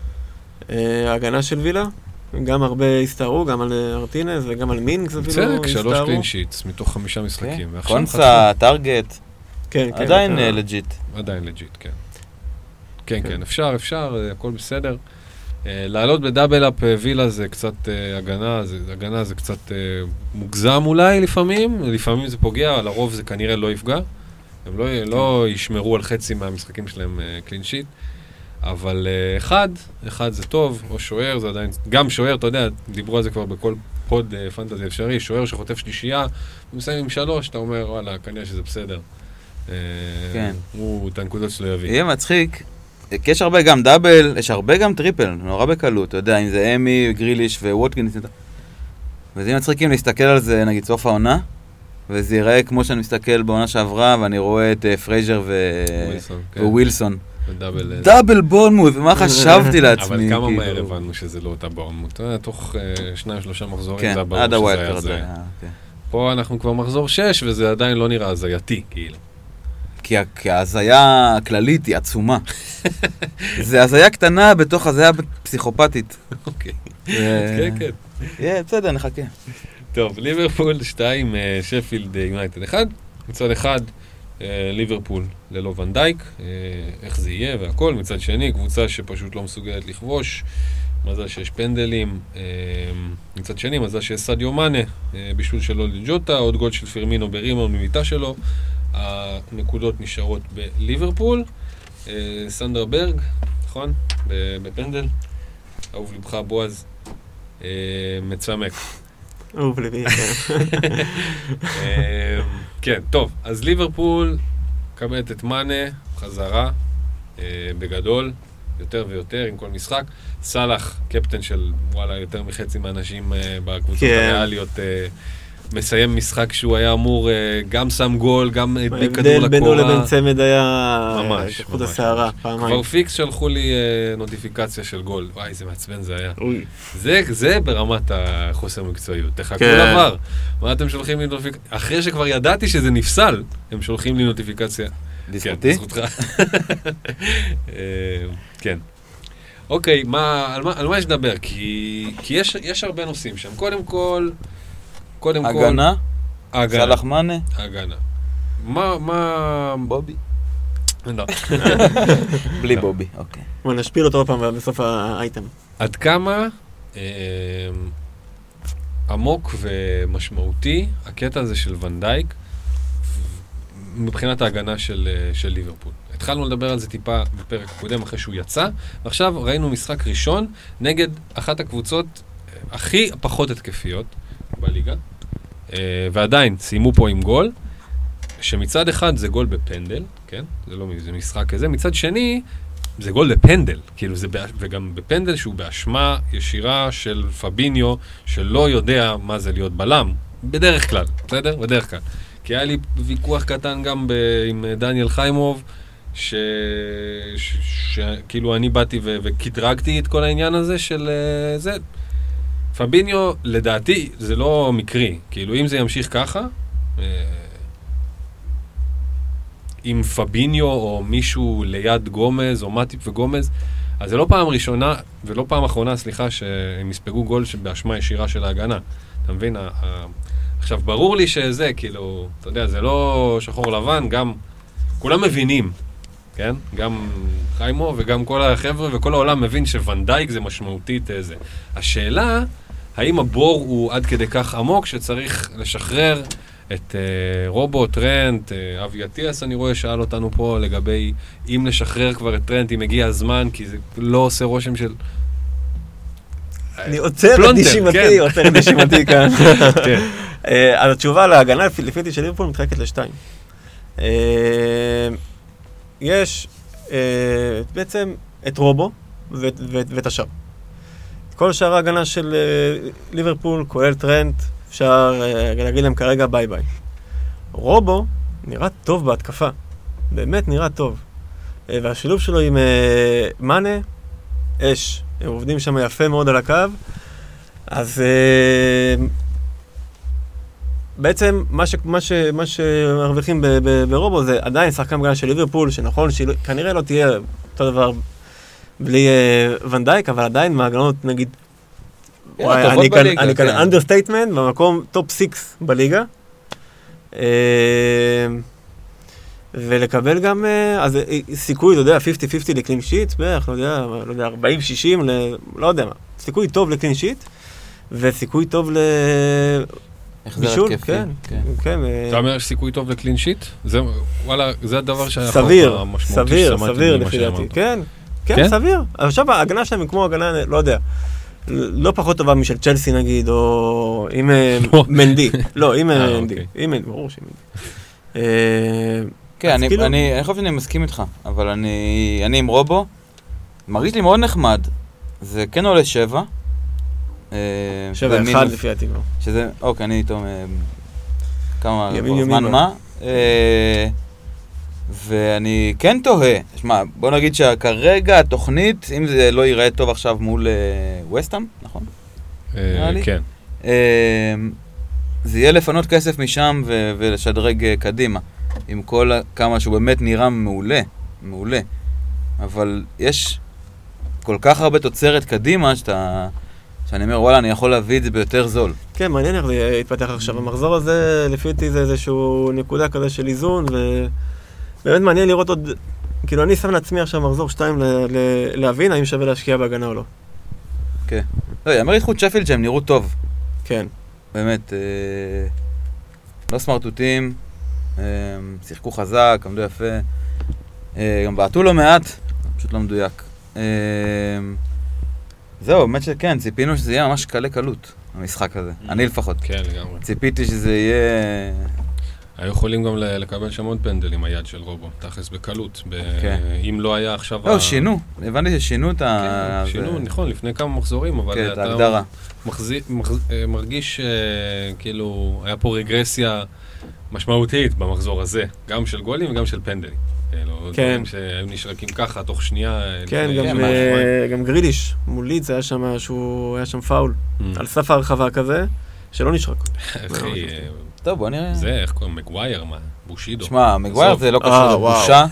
ההגנה של וילה? גם הרבה הסתערו, גם על מרטינז וגם על מינגס אפילו הסתערו. 3 קלין שיטס מתוך 5 משחקים. קונסה, טארגט. כן, עדיין לג'יט. עדיין לג'יט, כן. כן, אפשר, הכל בסדר. לעלות בדאבל אפ וילה זה קצת הגנה זה קצת מוגזם אולי לפעמים זה פוגע, לרוב זה כנראה לא יפגע, הם לא ישמרו על חצי מהמשחקים שלהם קלין שיט, אבל אחד זה טוב, או שוער, זה עדיין, גם שוער, אתה יודע, דיברו על זה כבר בכל פוד פנטזי אפשרי, שוער שחוטף שלישייה, ומסיים עם 3, אתה אומר, וואלה, כנראה שזה בסדר. כן. הוא את הנקודות שלו יביא. יהיה מצחיק. כי יש הרבה גם דאבל, יש הרבה גם טריפל, נורא בקלות, אתה יודע, אם זה אמי, גריליש וווטקינס. וזה יהיה מצחיק אם להסתכל על זה, נגיד, סוף העונה, וזה ייראה כמו שאני מסתכל בעונה שעברה, ואני רואה את פרייזר ווילסון. דאבל בורנמוט, ומה חשבתי לעצמי? אבל כמה מהר הבנו שזה לא אותה בורנמוט. תוך 2-3 מחזורים זה עד הווילד הזה. פה אנחנו כבר מחזור 6, וזה עדיין לא נראה הזייתי, כאילו. כי ההזיה הכללית היא עצומה. זה הזיה קטנה בתוך הזיה פסיכופתית. אוקיי. כן. בסדר, נחכה. טוב, ליברפול 2, שפילד יונייטד 1. מצד אחד, ליברפול ללא ונדייק, איך זה יהיה והכל. מצד שני, קבוצה שפשוט לא מסוגלת לכבוש. מזל שיש פנדלים. מצד שני, מזל שיש סדיו מאנה, בישול שלו לג'וטה, עוד גול של פירמינו ברימה במיטה שלו. הנקודות נשארות בליברפול. סנדר ברג, נכון? בפנדל. אהוב לבך בועז. מצמק. אהוב לבי, כן. כן, טוב. אז ליברפול קבלת את מאנה, חזרה, בגדול, יותר ויותר עם כל משחק. סלאח, קפטן של וואלה יותר מחצי מהאנשים בקבוצות הריאליות, מסיים משחק שהוא היה אמור, גם שם גול, גם הדביק כדור לקורה. ההבדל בינו לבין צמד היה ממש, כחוד השערה, פעמיים. כבר פיקס שלחו לי נוטיפיקציה של גול. וואי, איזה מעצבן זה היה. זה ברמת החוסר מקצועיות. תחכו לעבר. מה אתם שולחים לי נוטיפיקציה? אחרי שכבר ידעתי שזה נפסל, הם שולחים לי נוטיפיקציה. לזכותי? בזכותך. כן. אוקיי, על מה יש לדבר? כי יש הרבה נושאים שם. קודם כל... הגנה? סלאח מאנה? הגנה. מה... בובי? לא. בלי בובי, אוקיי. בוא נשפיל אותו עוד פעם בסוף האייטם. עד כמה עמוק ומשמעותי, הקטע הזה של ונדייק, מבחינת ההגנה של ליברפול. התחלנו לדבר על זה טיפה בפרק הקודם אחרי שהוא יצא, ועכשיו ראינו משחק ראשון נגד אחת הקבוצות הכי פחות התקפיות בליגה, ועדיין סיימו פה עם גול, שמצד אחד זה גול בפנדל, כן? זה משחק כזה, מצד שני זה גול בפנדל, כאילו וגם בפנדל שהוא באשמה ישירה של פביניו, שלא יודע מה זה להיות בלם, בדרך כלל, בסדר? בדרך כלל. כי היה לי ויכוח קטן גם עם דניאל חיימוב, שכאילו אני באתי וכדרגתי את כל העניין הזה של זה. פביניו, לדעתי, זה לא מקרי. כאילו, אם זה ימשיך ככה, עם פביניו או מישהו ליד גומז, או מטיפ וגומז, אז זה לא פעם ראשונה, ולא פעם אחרונה, סליחה, שהם יספגו גול באשמה ישירה של ההגנה. אתה מבין? עכשיו, ברור לי שזה, כאילו, אתה יודע, זה לא שחור לבן, גם כולם מבינים, כן? גם חיימו וגם כל החבר'ה וכל העולם מבין שוונדייק זה משמעותית איזה. השאלה, האם הבור הוא עד כדי כך עמוק שצריך לשחרר את רובו, טרנט, אבי אטיאס, אני רואה, שאל אותנו פה לגבי אם לשחרר כבר את טרנט, אם הגיע הזמן, כי זה לא עושה רושם של... אני עוצר את נשימתי כאן. אז התשובה להגנה, לפי אותי של ליברפול, מתחלקת לשתיים. יש בעצם את רובו ואת השאר. כל שאר ההגנה של ליברפול, כולל טרנט, אפשר להגיד להם כרגע ביי ביי. רובו נראה טוב בהתקפה, באמת נראה טוב. והשילוב שלו עם מנה, אש, הם עובדים שם יפה מאוד על הקו, אז בעצם מה שמרוויחים ברובו זה עדיין שחקן הגנה של ליברפול, שנכון, כנראה לא תהיה אותו דבר בלי ונדייק, אבל עדיין מהגנות נגיד, אני כאן אנדרסטייטמנט, במקום טופ 6 בליגה, ולקבל גם, אז סיכוי, אתה יודע, 50-50 לקלין שיט, בערך, לא יודע, 40-60, לא יודע מה, סיכוי טוב לקלין שיט, וסיכוי טוב בישול, כן. אתה אומר סיכוי טוב לקלין שיט? וואלה, זה הדבר שהיה סביר לפי דעתי, כן, סביר. עכשיו ההגנה שלהם היא כמו הגנה, לא יודע, לא פחות טובה משל צ'לסי נגיד, או עם מנדי. לא, עם מנדי. עם מנדי, ברור שעם מנדי. כן, אני חושב שאני מסכים איתך, אבל אני עם רובו, מרגיש לי מאוד נחמד, זה כן עולה 7. 7-1 לפי דעתי כבר. שזה, אוקיי, אני איתו כמה זמן מה. ואני כן תוהה, תשמע, בוא נגיד שכרגע התוכנית, אם זה לא ייראה טוב עכשיו מול ווסטהאם, נכון? כן. זה יהיה לפנות כסף משם ולשדרג קדימה, עם כל כמה שהוא באמת נראה מעולה. אבל יש כל כך הרבה תוצרת קדימה שאני אומר, וואלה, אני יכול להביא את זה ביותר זול. כן, מעניין איך זה יתפתח עכשיו. המחזור הזה, לפי אותי, זה איזשהו נקודה כזה של איזון, ובאמת מעניין לראות עוד, כאילו אני שם לעצמי עכשיו מחזור 2 להבין האם שווה להשקיע בהגנה או לא. כן. לא, יאמר איתכות שפילד שהם נראו טוב. כן. באמת, לא סמרטוטים, שיחקו חזק, עמדו יפה, גם בעטו לא מעט, פשוט לא מדויק. זהו, באמת שכן, ציפינו שזה יהיה ממש קלה קלות, המשחק הזה. אני לפחות. כן, לגמרי. ציפיתי שזה יהיה... היו יכולים גם לקבל שם עוד פנדל עם היד של רובו, תכלס בקלות. אם לא היה עכשיו... לא, שינו. הבנתי ששינו את ה... שינו, נכון, לפני כמה מחזורים, אבל אתה מרגיש כאילו היה פה רגרסיה משמעותית במחזור הזה, גם של גולים וגם של פנדלים. דברים שהיו נשרקים ככה, תוך שנייה... כן, גם גריליש, מול לידס היה שם פאול, על סף הרחבה כזה, שלא נשרק. אחי... טוב, בוא נראה. זה, איך קוראים? מגווייר, מה? בושידו. שמע, מגווייר זה לא קשור, זה בושה.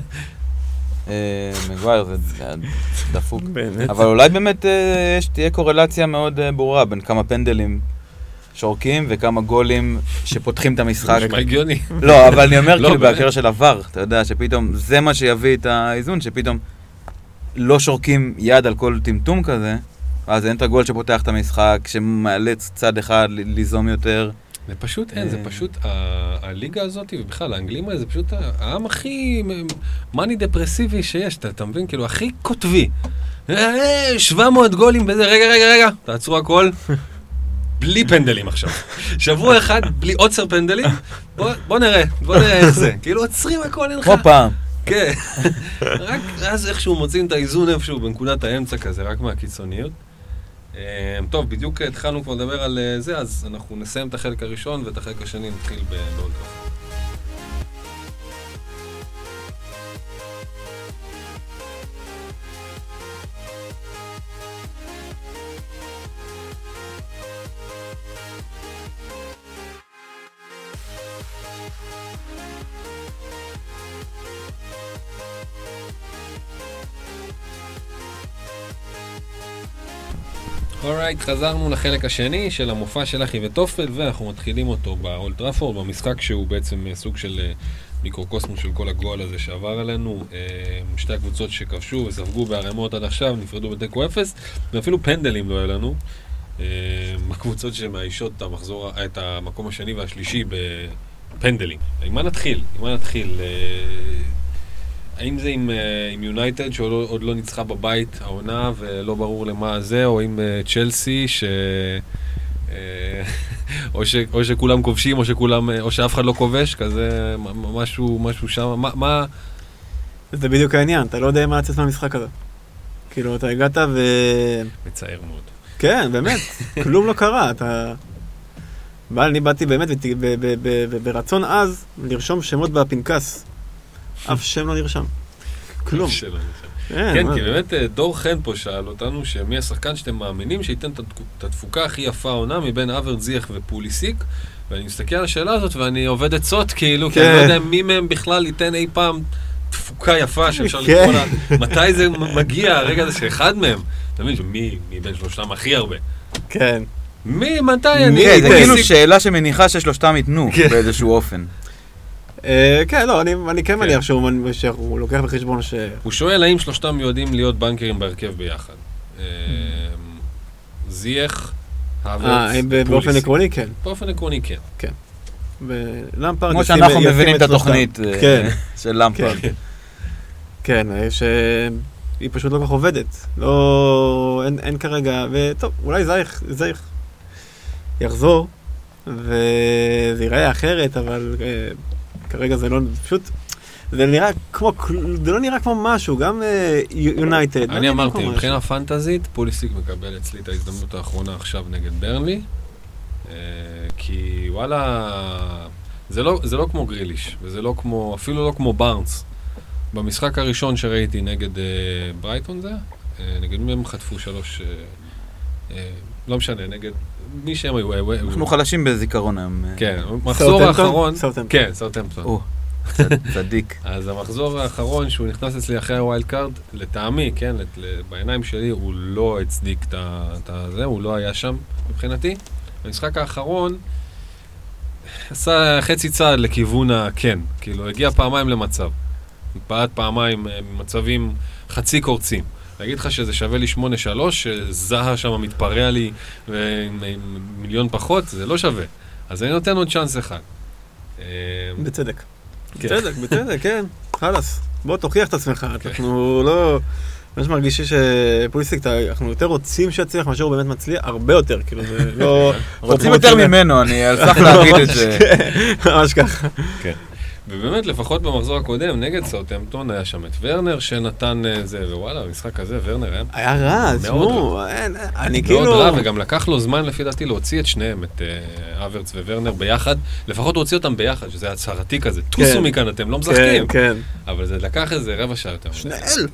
מגווייר זה דפוק. אבל אולי באמת תהיה קורלציה מאוד ברורה בין כמה פנדלים שורקים וכמה גולים שפותחים את המשחק. זה הגיוני. לא, אבל אני אומר כאילו בהקשר של עבר, אתה יודע שפתאום זה מה שיביא את האיזון, שפתאום לא שורקים יד על כל טמטום כזה, אז אין את הגול שפותח את המשחק, שמאלץ צד אחד ליזום יותר. זה פשוט אין, זה פשוט, הליגה הזאת, ובכלל, האנגלים האלה, זה פשוט העם הכי מאני דפרסיבי שיש, אתה מבין? כאילו, הכי כותבי. 700 גולים בזה, רגע, תעצרו הכל. בלי פנדלים עכשיו. שבוע אחד, בלי עוצר פנדלים, בוא נראה איך זה. כאילו, עוצרים הכל, אין לך. כמו פעם. כן. רק אז איכשהו מוצאים את האיזון איפשהו בנקודת האמצע כזה, רק מהקיצוניות. טוב, בדיוק התחלנו כבר לדבר על זה, אז אנחנו נסיים את החלק הראשון, ואת החלק השני נתחיל באולד טראפורד. אורייט, חזרנו לחלק השני של המופע של אחי וטופל, ואנחנו מתחילים אותו באולד טראפורד, במשחק שהוא בעצם סוג של מיקרוקוסמוס של כל הגול הזה שעבר עלינו. שתי הקבוצות שכבשו וספגו בערימות עד עכשיו, נפרדו בתיקו 0, ואפילו פנדלים לא היה לנו. הקבוצות שמאיישות את המקום השני והשלישי בפנדלים. עם מה נתחיל? האם זה עם יונייטד שעוד לא ניצחה בבית העונה ולא ברור למה זה, או עם צ'לסי או שכולם כובשים או שאף אחד לא כובש, כזה משהו שם, מה? זה בדיוק העניין, אתה לא יודע מה לצאת מהמשחק הזה. כאילו, אתה הגעת מצער מאוד. כן, באמת, כלום לא קרה, אני באתי באמת ברצון אז לרשום שמות בפנקס. אף שם לא נרשם. כלום. כן, כי באמת דור חן פה שאל אותנו שמי השחקן שאתם מאמינים שייתן את התפוקה הכי יפה העונה מבין אברט זיח ופוליסיק, ואני מסתכל על השאלה הזאת ואני עובד עצות כאילו, כי אני לא יודע מי מהם בכלל ייתן אי פעם תפוקה יפה שאפשר לקרוא לה, מתי זה מגיע הרגע הזה שאחד מהם, אתה מבין שמי בין שלושתם הכי הרבה? כן. מתי זה כאילו שאלה שמניחה ששלושתם ייתנו באיזשהו אופן. כן, לא, אני כן מניח שהוא לוקח בחשבון ש... הוא שואל האם שלושתם יודעים להיות בנקרים בהרכב ביחד. זייח, האברץ, פוליסיק. באופן עקרוני, כן. באופן עקרוני, כן. כן. ולמפרד... כמו שאנחנו מבינים את התוכנית של למפרד. כן, שהיא פשוט לא כך עובדת. לא... אין כרגע... וטוב, אולי זייח יחזור, וזה ייראה אחרת, אבל... כרגע זה לא, פשוט, זה לא נראה כמו משהו, גם יונייטד. אני אמרתי, מבחינה פנטזית, פוליסיק מקבל אצלי את ההזדמנות האחרונה עכשיו נגד ברנלי, כי וואלה, זה לא כמו גריליש, וזה לא כמו, אפילו לא כמו בארנס. במשחק הראשון שראיתי נגד ברייטון זה, נגד מי הם חטפו 3, לא משנה, נגד מי שהם היו... אנחנו חלשים בזיכרון היום. כן, מחזור האחרון... כן, סאות'המפטון. צדיק. אז המחזור האחרון שהוא נכנס אצלי אחרי הווילד קארד, לטעמי, כן, בעיניים שלי, הוא לא הצדיק את זה, הוא לא היה שם מבחינתי. במשחק האחרון, עשה חצי צעד לכיוון הכן, כאילו, הגיע פעמיים למצב. פעד פעמיים מצבים חצי קורצים. להגיד לך שזה שווה לי 8-3, שזהה שם מתפרע לי ומיליון פחות, זה לא שווה. אז אני נותן עוד צ'אנס אחד. בצדק. בצדק, כן. חלס. בוא תוכיח את עצמך. אנחנו לא... ממש מרגישים שפוליסיק, אנחנו יותר רוצים שיצליח מאשר הוא באמת מצליח, הרבה יותר, כאילו זה לא... רוצים יותר ממנו, אני על סף להגיד את זה. ממש ככה. כן. ובאמת, לפחות במחזור הקודם, נגד סאות'המפטון היה שם את ורנר שנתן זה, ווואלה, המשחק הזה, ורנר היה רע, תשמעו, אני כאילו... מאוד רע, וגם לקח לו זמן לפי דעתי להוציא את שניהם, את אברץ וורנר ביחד, לפחות להוציא אותם ביחד, שזה הצהרתי כזה, טוסו מכאן, אתם לא משחקים. כן, אבל זה לקח איזה רבע שעה יותר. שנאל!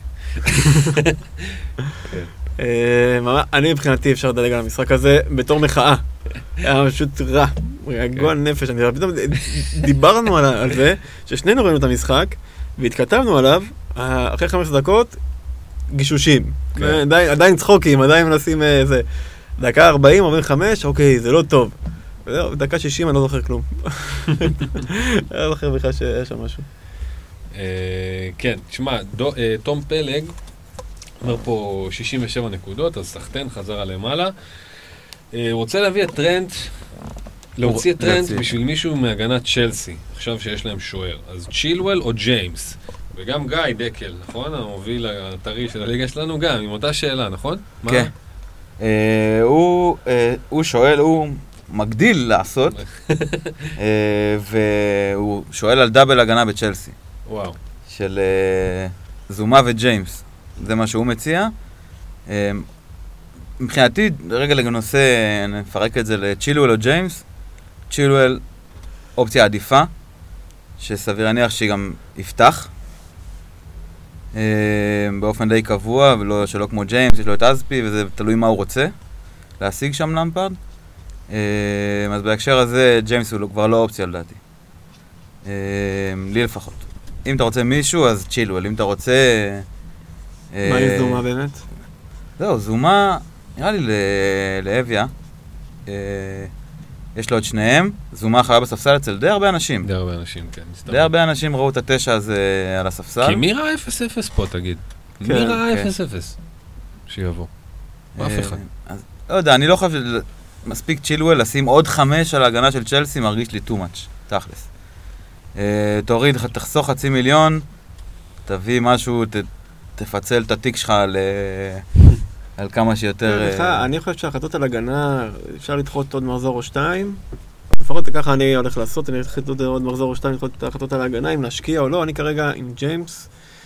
אני מבחינתי אפשר לדלג על המשחק הזה בתור מחאה. היה פשוט רע. היה גועל נפש. פתאום דיברנו על זה, ששנינו ראינו את המשחק, והתכתבנו עליו, אחרי 5 דקות, גישושים. עדיין צחוקים, עדיין מנסים איזה... דקה 40, 45, אוקיי, זה לא טוב. דקה 60, אני לא זוכר כלום. אני לא זוכר בכלל שהיה שם משהו. כן, תשמע, תום פלג, אומר פה 67 נקודות, אז סחטן חזרה למעלה. רוצה להביא את טרנט, להוציא את טרנט בשביל מישהו מהגנת צ'לסי, עכשיו שיש להם שוער. אז צ'ילואל או ג'יימס? וגם גיא דקל, נכון? המוביל הטרי של הליגה שלנו גם, עם אותה שאלה, נכון? כן. הוא שואל, הוא מגדיל לעשות, והוא שואל על דאבל הגנה בצ'לסי. וואו. של זומה וג'יימס. זה מה שהוא מציע. מבחינתי, רגע לנושא, נפרק את זה לצ'ילואל או ג'יימס. צ'ילואל אופציה עדיפה, שסביר להניח שהיא גם יפתח. באופן די קבוע, שלא כמו ג'יימס, יש לו את אזפי, וזה תלוי מה הוא רוצה להשיג שם למפרד. אז בהקשר הזה, ג'יימס הוא כבר לא אופציה לדעתי. לי לפחות. אם אתה רוצה מישהו, אז צ'ילואל. אם אתה רוצה... מה עם זומה באמת? זהו, זומה, נראה לי לאביה. יש לו את שניהם. זומה חיה בספסל אצל די הרבה אנשים. די הרבה אנשים, כן. די הרבה אנשים ראו את התשע הזה על הספסל. כי מי ראה 0-0 פה, תגיד? מי ראה 0-0? שיבוא. אף אחד. לא יודע, אני לא חושב מספיק צ'ילואל לשים עוד 5 על ההגנה של צ'לסי, מרגיש לי too much, תכלס. תוריד, תחסוך 500,000, תביא משהו, תפצל את התיק שלך על כמה שיותר... אני חושב שהחלטות על הגנה, אפשר לדחות עוד מחזור או 2. לפחות ככה אני הולך לעשות, אני הולך לדחות עוד מחזור או 2, לדחות את החלטות על ההגנה, אם נשקיע או לא. אני כרגע עם ג'יימס,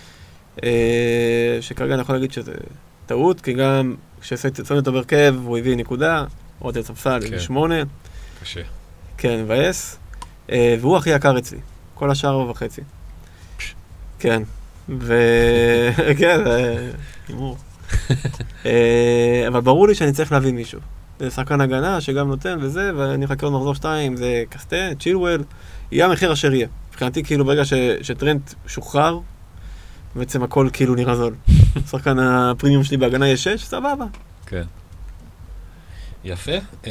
שכרגע אני יכול להגיד שזה טעות, כי גם כשעשינו את הרכב, הוא הביא נקודה, עוד את ספסל, עם 8. קשה. כן, מבאס. והוא הכי יקר אצלי. כל השאר 4.5. כן. כן, הימור. אבל ברור לי שאני צריך להביא מישהו. זה שחקן הגנה שגם נותן וזה, ואני אחכה עוד מחזור 2, זה קסטה, צ'ילואל, יהיה המחיר אשר יהיה. מבחינתי כאילו ברגע שטרנט שוחרר, בעצם הכל כאילו נראה זול. שחקן הפרימיום שלי בהגנה יש 6, סבבה. כן. יפה.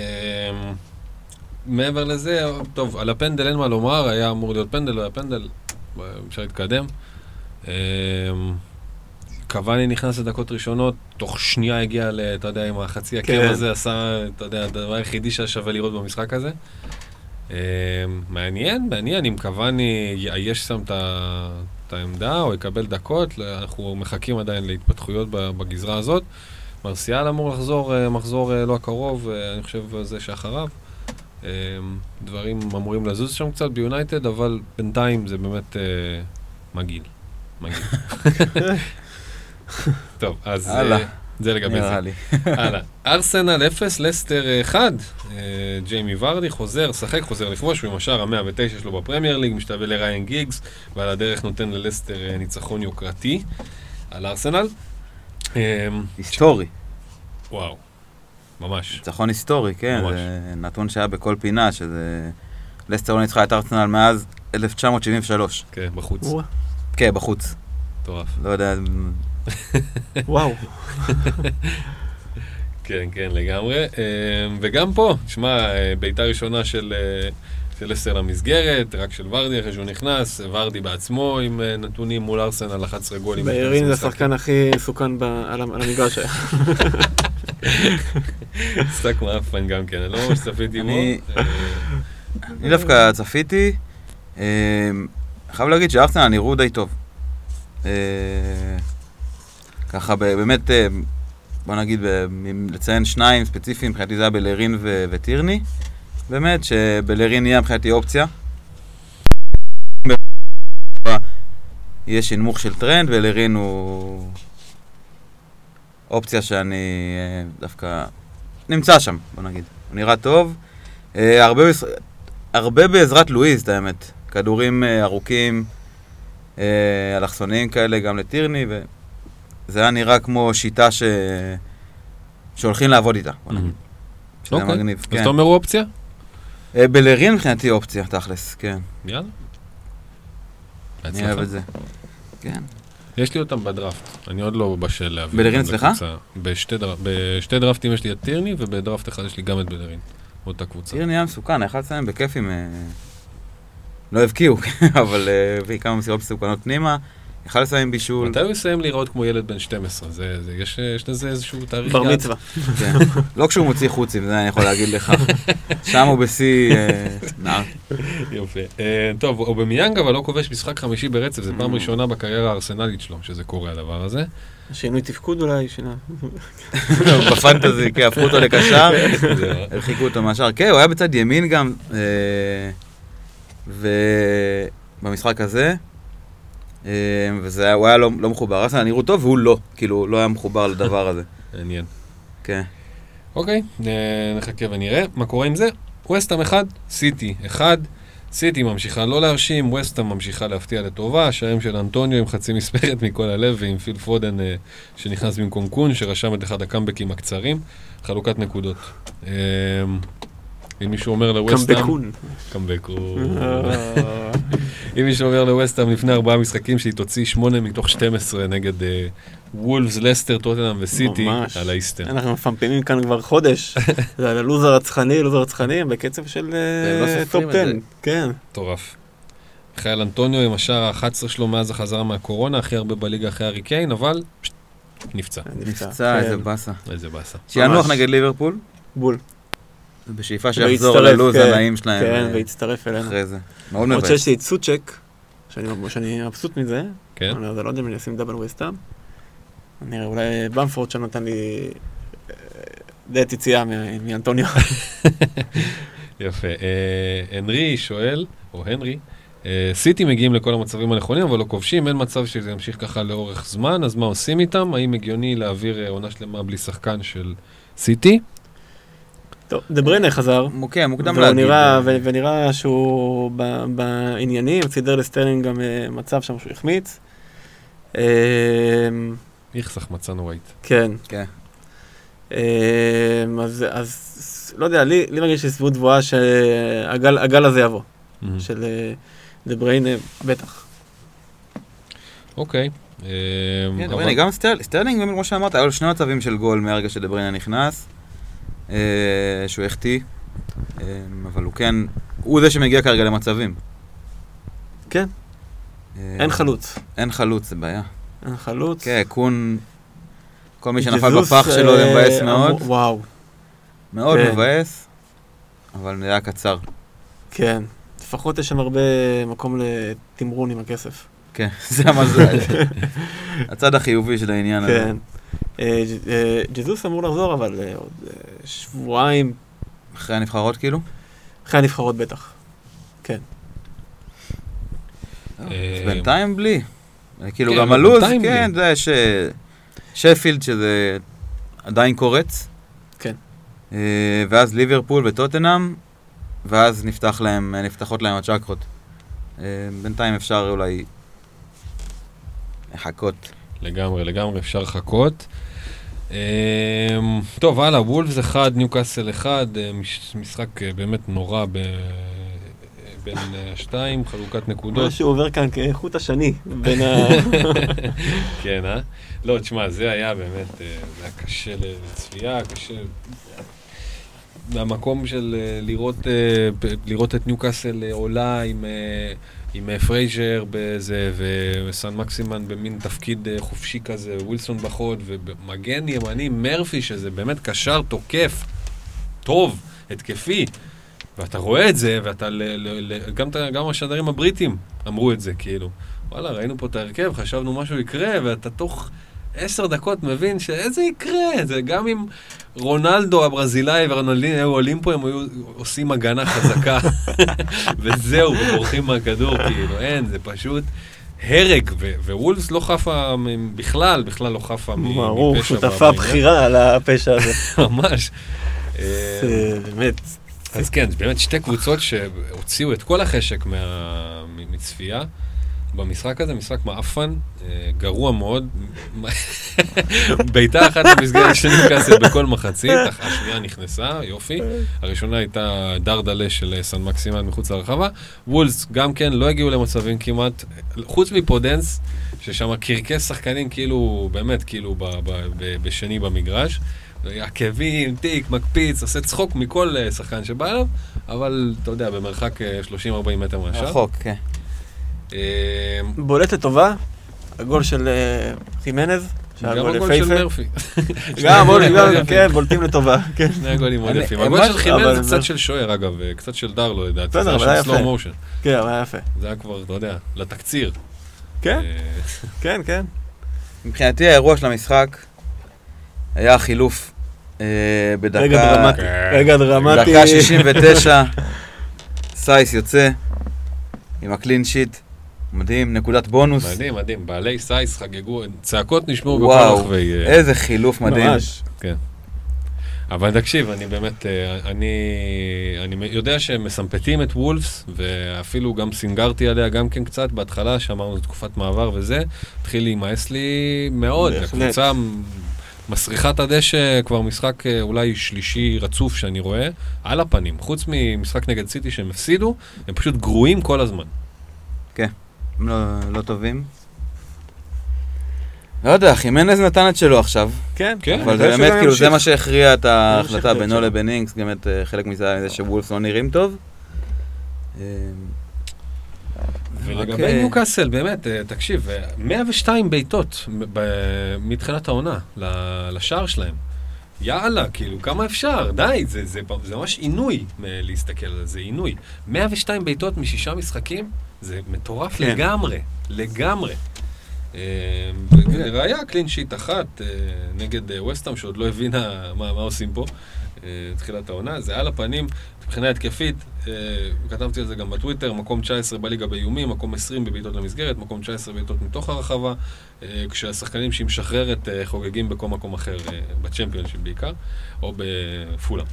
מעבר לזה, טוב, על הפנדל אין מה לומר, היה אמור להיות פנדל, לא היה פנדל, אפשר להתקדם. קוואני נכנס לדקות ראשונות, תוך שנייה הגיע, אתה יודע, עם החצי הקרב הזה, עשה, אתה יודע, הדבר היחידי ששווה לראות במשחק הזה. מעניין, אם קוואני יאייש שם את העמדה, או יקבל דקות, אנחנו מחכים עדיין להתפתחויות בגזרה הזאת. מרסיאל אמור לחזור, מחזור לא הקרוב, אני חושב זה שאחריו. דברים אמורים לזוז שם קצת ביונייטד, אבל בינתיים זה באמת מגעיל. טוב, אז זה לגבי זה. הלאה. ארסנל 0, לסטר 1. ג'יימי ורדי חוזר לכבוש, ועם השער ה-109 שלו בפרמייר ליג, משתווה לריין גיגס, ועל הדרך נותן ללסטר ניצחון יוקרתי על ארסנל. היסטורי. וואו, ממש. ניצחון היסטורי, כן. זה נתון שהיה בכל פינה, שזה... לסטר לא ניצחה את ארסנל מאז 1973. כן, בחוץ. כן, בחוץ. טורף. לא יודע... וואו. כן, לגמרי. וגם פה, תשמע, ביתה ראשונה של לסטר למסגרת, רק של ורדי, אחרי שהוא נכנס, ורדי בעצמו עם נתונים מול ארסנל 11 גולים. בארין זה השחקן הכי מסוכן על המגרש היה. סטק מאפן גם כן, אני לא ממש צפיתי בו. אני דווקא צפיתי, חייב להגיד שארסנל נראו די טוב. ככה באמת, בוא נגיד, לציין 2 ספציפיים, מבחינתי זה היה בלרין וטירני, באמת שבלרין יהיה מבחינתי אופציה. יש שינמוך של טרנד, ולרין הוא אופציה דווקא נמצא שם, בוא נגיד. הוא נראה טוב. הרבה בעזרת לואיז, את האמת. כדורים ארוכים, אלכסוניים כאלה, גם לטירני, וזה היה נראה כמו שיטה שהולכים לעבוד איתה, בוא נגיד. שזה מגניב, כן. אז אתה אומר אופציה? בלרין מבחינתי אופציה, תכלס, כן. יאללה. אני אוהב את זה. כן. יש לי אותם בדראפט, אני עוד לא בשל להביא. בלרין, סליחה? בשתי דראפטים יש לי את טירני, ובדראפט אחד יש לי גם את בלרין, באותה קבוצה. טירני היה מסוכן, אני יכול לציין בכיף עם... לא הבקיעו, אבל הביא כמה מסירות מסוכנות פנימה. יכל לסיים בישול. מתי הוא יסיים להיראות כמו ילד בן 12? יש לזה איזשהו תאריך בר מצווה. לא כשהוא מוציא חוצים, זה אני יכול להגיד לך. שם הוא בשיא נער. יופי. טוב, אובמיאנג אבל לא כובש משחק חמישי ברצף, זה פעם ראשונה בקריירה הארסנלית שלו, שזה קורה הדבר הזה. שינוי תפקוד אולי, שינה. בפנטזי, כן, הפכו אותו לקשר, הרחיקו אותו מהשאר. כן, הוא היה בצד ימין גם, ובמשחק הזה, והוא היה לא מחובר. ארסנל נראו טוב, והוא לא, כאילו, לא היה מחובר לדבר הזה. עניין. כן. אוקיי, נחכה ונראה. מה קורה עם זה? ווסטהאם 1, סיטי 1. סיטי ממשיכה לא להרשים, ווסטהאם ממשיכה להפתיע לטובה, השערים של אנטוניו עם חצי מספרת מכל הלב, ועם פיל פודן שנכנס במקום קון, שרשם את אחד הקאמבקים הקצרים, חלוקת נקודות. אם מישהו אומר לווסטהאם... קאמבקון. אם מישהו אומר לווסטהאם לפני 4 משחקים שהיא תוציא 8 מתוך 12 נגד וולפס, לסטר, טוטנהאם וסיטי על האיסטר. אנחנו מפמפמים כאן כבר חודש. זה על הלוזר רצחני, בקצב של טופ 10. כן. טורף. מיכאל אנטוניו עם השער ה-11 שלו מאז החזרה מהקורונה, הכי הרבה בליגה אחרי הארי קיין, אבל נפצע. איזה באסה. איזה באסה. שינוח נגד ליברפול. בול. בשאיפה שיחזור ללוז הנעים שלהם. כן, והצטרף אלינו. אחרי זה. מאוד מבאס. עוד שיש לי את סוצ'ק, שאני מבסוט מזה. כן. אני לא יודע אם אני אשים דאבל ווסטהאם. נראה, אולי במפורד שנותן לי דעת יציאה מאנטוניו. יפה. הנרי שואל, או הנרי, סיטי מגיעים לכל המצבים הנכונים, אבל לא כובשים, אין מצב שזה ימשיך ככה לאורך זמן, אז מה עושים איתם? האם הגיוני להעביר עונה שלמה בלי שחקן של סיטי? טוב, דבריינה חזר. כן, מוקדם להגיד. ונראה שהוא בעניינים, צידר לסטרלינג גם מצב שם שהוא החמיץ. יחסך מצאנו ראית. כן. כן. אז לא יודע, לי מרגיש שסביבות גבוהה שהגל הזה יבוא. של דבריינה, בטח. אוקיי. גם סטרלינג, כמו שאמרת, היו לו 2 מצבים של גול מהרגע שדבריינה נכנס. שהוא החטיא, אבל הוא כן, הוא זה שמגיע כרגע למצבים. כן. אין חלוץ. אין חלוץ, זה בעיה. אין חלוץ. כן, קון, כל מי שנפל בפח שלו זה מבאס מאוד. וואו. מאוד מבאס, אבל זה היה קצר. כן. לפחות יש שם הרבה מקום לתמרון עם הכסף. כן, זה ממש הצד החיובי של העניין הזה. כן. ג'זוס אמור לחזור, אבל עוד שבועיים. אחרי הנבחרות כאילו? אחרי הנבחרות בטח. כן. בינתיים בלי. כאילו גם הלוז, כן, זה שפילד שזה עדיין קורץ. כן. ואז ליברפול וטוטנהאם, ואז נפתחות להם הצ'קרות. בינתיים אפשר אולי לחכות. לגמרי אפשר לחכות. טוב, הלאה, וולפס 1, ניוקאסל 1, משחק באמת נורא בין השתיים, חלוקת נקודות. משהו עובר כאן כאיכות השני בין כן, לא, תשמע, זה היה באמת, זה היה קשה לצפייה, קשה... מהמקום של לראות את ניוקאסל עולה עם פרייזר בזה, וסן מקסימן במין תפקיד חופשי כזה, ווילסון בחוד, ומגן ימני מרפי, שזה באמת קשר תוקף, טוב, התקפי, ואתה רואה את זה, ואתה, גם השדרים הבריטים אמרו את זה, כאילו, וואלה, ראינו פה את ההרכב, חשבנו משהו יקרה, ואתה תוך 10 דקות מבין שאיזה יקרה, זה גם אם רונלדו הברזילאי ורונלדיני היו עולים פה, הם היו עושים הגנה חזקה, וזהו, ובורחים מהכדור, כאילו, אין, זה פשוט הרג, ווולפס לא חפה, בכלל לא חפה מפשע. ברור, שותפה בחירה על הפשע הזה. ממש. זה באמת... אז כן, זה באמת 2 קבוצות שהוציאו את כל החשק מצפייה. במשחק הזה, משחק מאפן, גרוע מאוד, ביתה אחת במסגרת של ניוקאסל בכל מחצית, השנייה נכנסה, יופי, הראשונה הייתה דרדלה של סן מקסימן מחוץ לרחבה, וולס גם כן לא הגיעו למצבים כמעט, חוץ מפודנס, ששם קרקס שחקנים כאילו, באמת כאילו בשני במגרש, עקבים, תיק, מקפיץ, עושה צחוק מכל שחקן שבא אליו, אבל אתה יודע, במרחק 30-40 מטר מהשאר. רחוק, כן. בולט לטובה, הגול של חימנז. גם הגול של מרפי. גם, כן, בולטים לטובה. שני הגולים מאוד יפים. הגול של חימנז זה קצת של שוער, אגב, קצת של דרלו, לדעתי. זה היה של סלואו מושן. כן, היה יפה. זה היה כבר, אתה יודע, לתקציר. כן, כן, כן. מבחינתי האירוע של המשחק היה חילוף בדקה... רגע דרמטי. דקה 69, סייס יוצא עם הקלין שיט. מדהים, נקודת בונוס. מדהים, מדהים. בעלי סייס חגגו, צעקות נשמעו בכל וואו, רחבי. איזה חילוף מדהים. ממש. כן. אבל תקשיב, אני באמת, אני יודע שהם מסמפטים את וולפס, ואפילו גם סינגרתי עליה גם כן קצת, בהתחלה שאמרנו תקופת מעבר וזה, התחיל להימאס לי מאוד. הקבוצה מסריחת הדשא, כבר משחק אולי שלישי רצוף שאני רואה, על הפנים. חוץ ממשחק נגד סיטי שהם הפסידו, הם פשוט גרועים כל הזמן. כן, לא טובים. לא יודע, חימנז נתן את שלו עכשיו. כן, אבל זה באמת, כאילו, זה מה שהכריע את ההחלטה בינו לבין אינקס, באמת חלק מזה זה שוולפס לא נראים טוב. ולגבי ניוקאסל, באמת, תקשיב, 102 בעיטות מתחילת העונה לשער שלהם. יאללה, כאילו, כמה אפשר? די, זה ממש עינוי להסתכל על זה, עינוי. 102 בעיטות מ6 משחקים, זה מטורף לגמרי, לגמרי. ראיה, קלין שיט אחת נגד ווסטהאם, שעוד לא הבינה מה עושים פה, תחילת העונה, זה על הפנים, מבחינה התקפית, כתבתי על זה גם בטוויטר, מקום 19 בליגה באיומים, מקום 20 בבעיטות למסגרת, מקום 19 בעיטות מתוך הרחבה, כשהשחקנים שהיא משחררת חוגגים בכל מקום אחר, בצ'מפיונשיפ בעיקר, או בפולאם.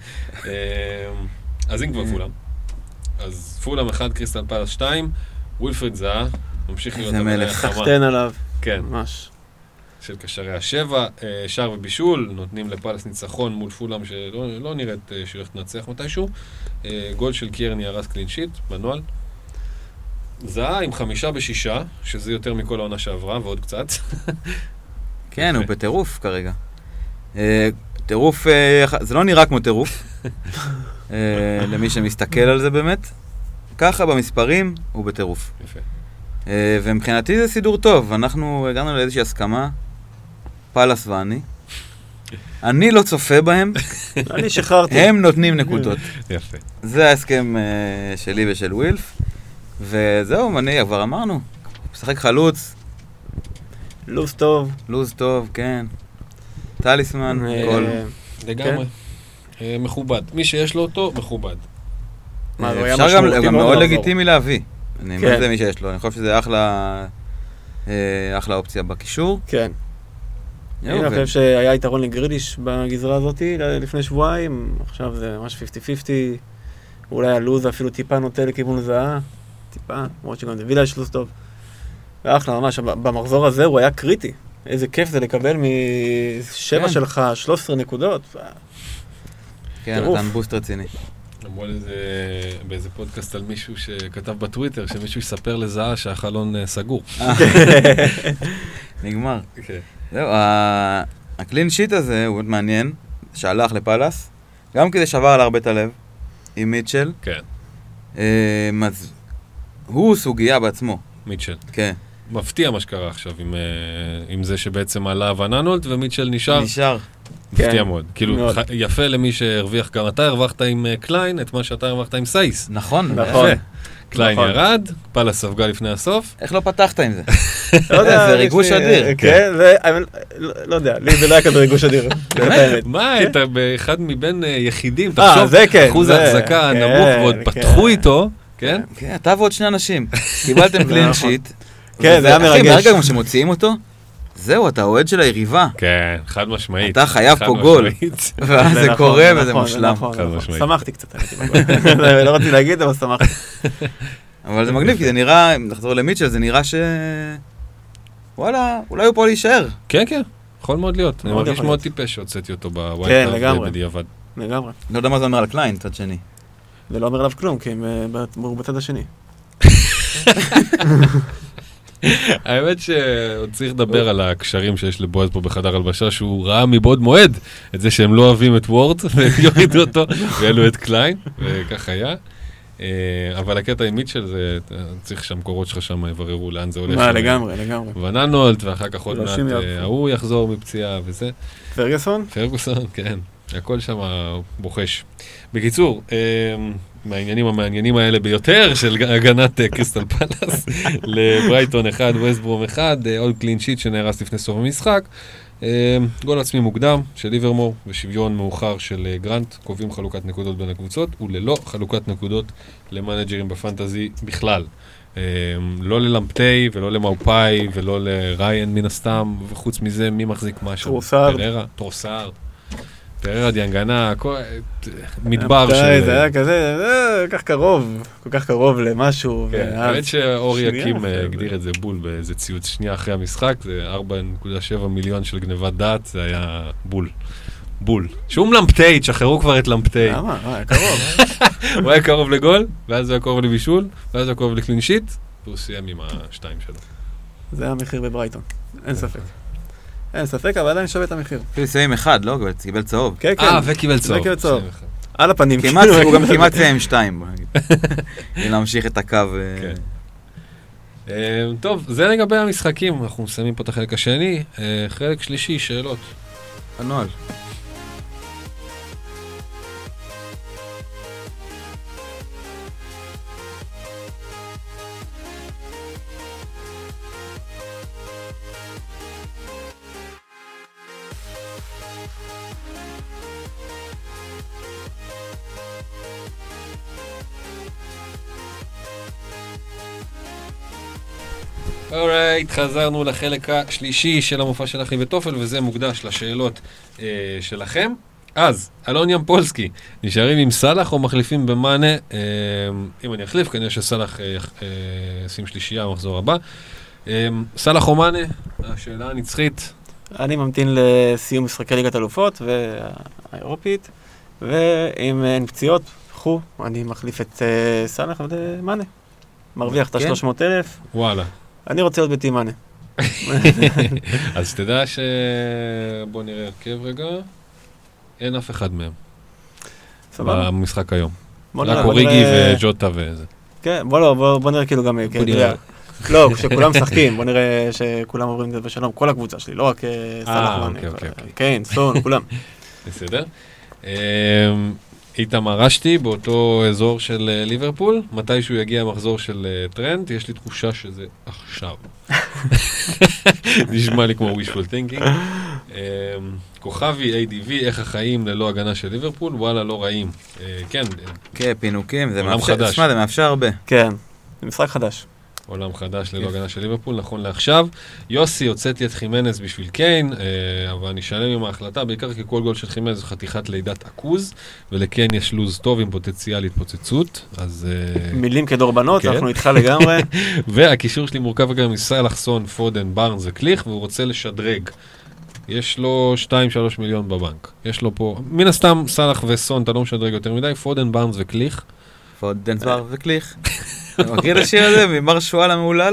אז אם כבר פולאם, אז פולאם 1, קריסטל פלאס 2, ווילפריד זהה, ממשיך להיות המלך החמה. תחתן עליו. כן. ממש. של קשרי השבע, שער ובישול, נותנים לפלס ניצחון מול פולאם שלא נראית שהולכת לנצח מתישהו. גול של קירני הרס קלין שיט, בנועל. זהה עם 5 ב6, שזה יותר מכל העונה שעברה, ועוד קצת. כן, הוא בטירוף כרגע. טירוף, זה לא נראה כמו טירוף. למי שמסתכל על זה באמת. ככה במספרים הוא בטירוף. יפה. ומבחינתי זה סידור טוב, אנחנו הגענו לאיזושהי הסכמה, פלס ואני. אני לא צופה בהם, אני שחררתי. הם נותנים נקודות. יפה. זה ההסכם שלי ושל ווילף, וזהו, אני כבר אמרנו, משחק חלוץ. לוז טוב. לוז טוב, כן. טליסמן, גול. לגמרי. מכובד. מי שיש לו אותו, מכובד. אפשר גם מאוד לגיטימי להביא. אני אומר את זה מי שיש לו, אני חושב שזה אחלה אופציה בקישור. כן. אני חושב שהיה יתרון לגרידיש בגזרה הזאת לפני שבועיים, עכשיו זה ממש 50-50, אולי הלוז אפילו טיפה נוטה לכיוון זהה, טיפה, למרות שגם דווילה יש לוז טוב. ואחלה, ממש, במחזור הזה הוא היה קריטי. איזה כיף זה לקבל מ7 שלך 13 נקודות. כן, נתן בוסט רציני. אמרו על זה באיזה פודקאסט על מישהו שכתב בטוויטר, שמישהו יספר לזהה שהחלון סגור. נגמר. זהו, הקלין שיט הזה הוא מאוד מעניין, שהלך לפלס, גם כדי שבר על הרבה את הלב, עם מיטשל. כן. אז הוא סוגיה בעצמו. מיטשל. כן. מפתיע מה שקרה עכשיו עם זה שבעצם עלה וננולט ומיטשל נשאר. נשאר. מפתיע מאוד. כאילו, יפה למי שהרוויח, גם אתה הרווחת עם קליין את מה שאתה הרווחת עם סייס. נכון. נכון. קליין ירד, פלס ספגה לפני הסוף. איך לא פתחת עם זה? זה ריגוש אדיר. כן, לא יודע, לי זה לא היה כזה ריגוש אדיר. באמת? מה, אתה באחד מבין יחידים, תחשוב, אחוז ההחזקה נמוך ועוד פתחו איתו, כן? כן, אתה ועוד 2 אנשים. קיבלתם קלין שיט. כן, זה היה מרגש. אחי, מהרגע שמוציאים אותו, זהו, אתה אוהד של היריבה. כן, חד משמעית. אתה חייב פה גול. ואז זה קורה וזה מושלם. חד משמעית. שמחתי קצת. לא רציתי להגיד, אבל שמחתי. אבל זה מגניב, כי זה נראה, אם נחזור למיטשל, זה נראה וואלה, אולי הוא פה להישאר. כן, כן, יכול מאוד להיות. אני מרגיש מאוד טיפש שהוצאתי אותו כן, בדיעבד. לגמרי. לא יודע מה זה אומר על קליין, צד שני. זה לא אומר עליו כלום, כי הוא בצד השני. האמת שעוד צריך לדבר על הקשרים שיש לבועז פה בחדר הלבשה, שהוא ראה מבעוד מועד את זה שהם לא אוהבים את וורד, והם יורידו אותו, ואלו את קליין, וכך היה. אבל הקטע עם מיטשל זה, צריך שהמקורות שלך שם יבררו לאן זה הולך. לגמרי. וננולט, ואחר כך עוד מעט יערכו. ההוא יחזור מפציעה וזה. פרגוסון? פרגוסון, כן. הכל שם בוחש. בקיצור, מהעניינים המעניינים האלה ביותר של הגנת קריסטל פלאס, לברייטון 1, וסטברום 1, עוד קלין שיט שנהרס לפני סוף המשחק. גול עצמי מוקדם של ליברמור ושוויון מאוחר של גרנט, קובעים חלוקת נקודות בין הקבוצות, וללא חלוקת נקודות למנג'רים בפנטזי בכלל. לא ללמפטי ולא למאופאי ולא לריין מן הסתם, וחוץ מזה מי מחזיק משהו? טרוסארד. פררה דיאנגנה, מדבר של... זה היה כזה, כל כך קרוב למשהו. האמת שאורי יקים הגדיר את זה בול באיזה ציוץ שנייה אחרי המשחק, זה 4.7 מיליון של גנבת דעת, זה היה בול. שום למפטי, תשחררו כבר את למפטי. למה? היה קרוב. הוא היה קרוב לגול, ואז הוא היה קרוב לבישול, ואז הוא היה קרוב לקלין שיט, והוא סיים עם השתיים שלו. זה המחיר בברייטון, אין ספק. אין ספק, אבל עדיין שווה את המחיר. אפילו סיים אחד, לא? קיבל צהוב. כן. וקיבל צהוב. על הפנים. הוא גם כמעט סיים 2, בוא נגיד. אם להמשיך את הקו. טוב, זה לגבי המשחקים. אנחנו מסיימים פה את החלק השני. חלק שלישי, שאלות. הנועל. אורייט, חזרנו לחלק השלישי של המופע של אחי וטופל, וזה מוקדש לשאלות שלכם. אז, אלון ימפולסקי, נשארים עם סלח או מחליפים במאנה? אם אני אחליף, כנראה שסלח ישים שלישייה במחזור הבא. סלח או מאנה? השאלה הנצחית. אני ממתין לסיום משחקי ליגת אלופות והאירופית, ואם אין פציעות, אני מחליף את סלח ומאנה. מרוויח את ה-300,000. וואלה. אני רוצה להיות בטים מאנה. אז תדע בוא נראה הרכב רגע. אין אף אחד מהם. סבבה. במשחק היום. רק אוריגי וג'וטה וזה. כן, בוא נראה כאילו גם... לא, כשכולם משחקים, בוא נראה שכולם עוברים את זה בשלום. כל הקבוצה שלי, לא רק סלח מאנה. כן, סון, כולם. בסדר. איתמר רשתי באותו אזור של ליברפול, מתי שהוא יגיע המחזור של טרנד, יש לי תחושה שזה עכשיו. נשמע לי כמו wishful thinking. כוכבי, ADV, איך החיים ללא הגנה של ליברפול, וואלה, לא רעים. כן. כן, פינוקים, זה עולם חדש. זה מאפשר הרבה. כן, זה משחק חדש. עולם חדש ללא הגנה של ליברפול, נכון לעכשיו. יוסי, הוצאתי את חימנז בשביל קיין, אבל אני שלם עם ההחלטה, בעיקר כי כל גול של חימנז זה חתיכת לידת עקוז, ולקיין יש לוז טוב עם פוטנציאל התפוצצות, אז... מילים כדורבנות, אנחנו איתך לגמרי. והקישור שלי מורכב גם מסלח, סון, פודן, בארנס וקליך, והוא רוצה לשדרג. יש לו 2-3 מיליון בבנק. יש לו פה, מן הסתם, סלח וסון, אתה לא משדרג יותר מדי, פודן, בארנס וקליך. פודן, בארנס וקליך. אתה מכיר את השיר הזה? ממר שואל המעולל?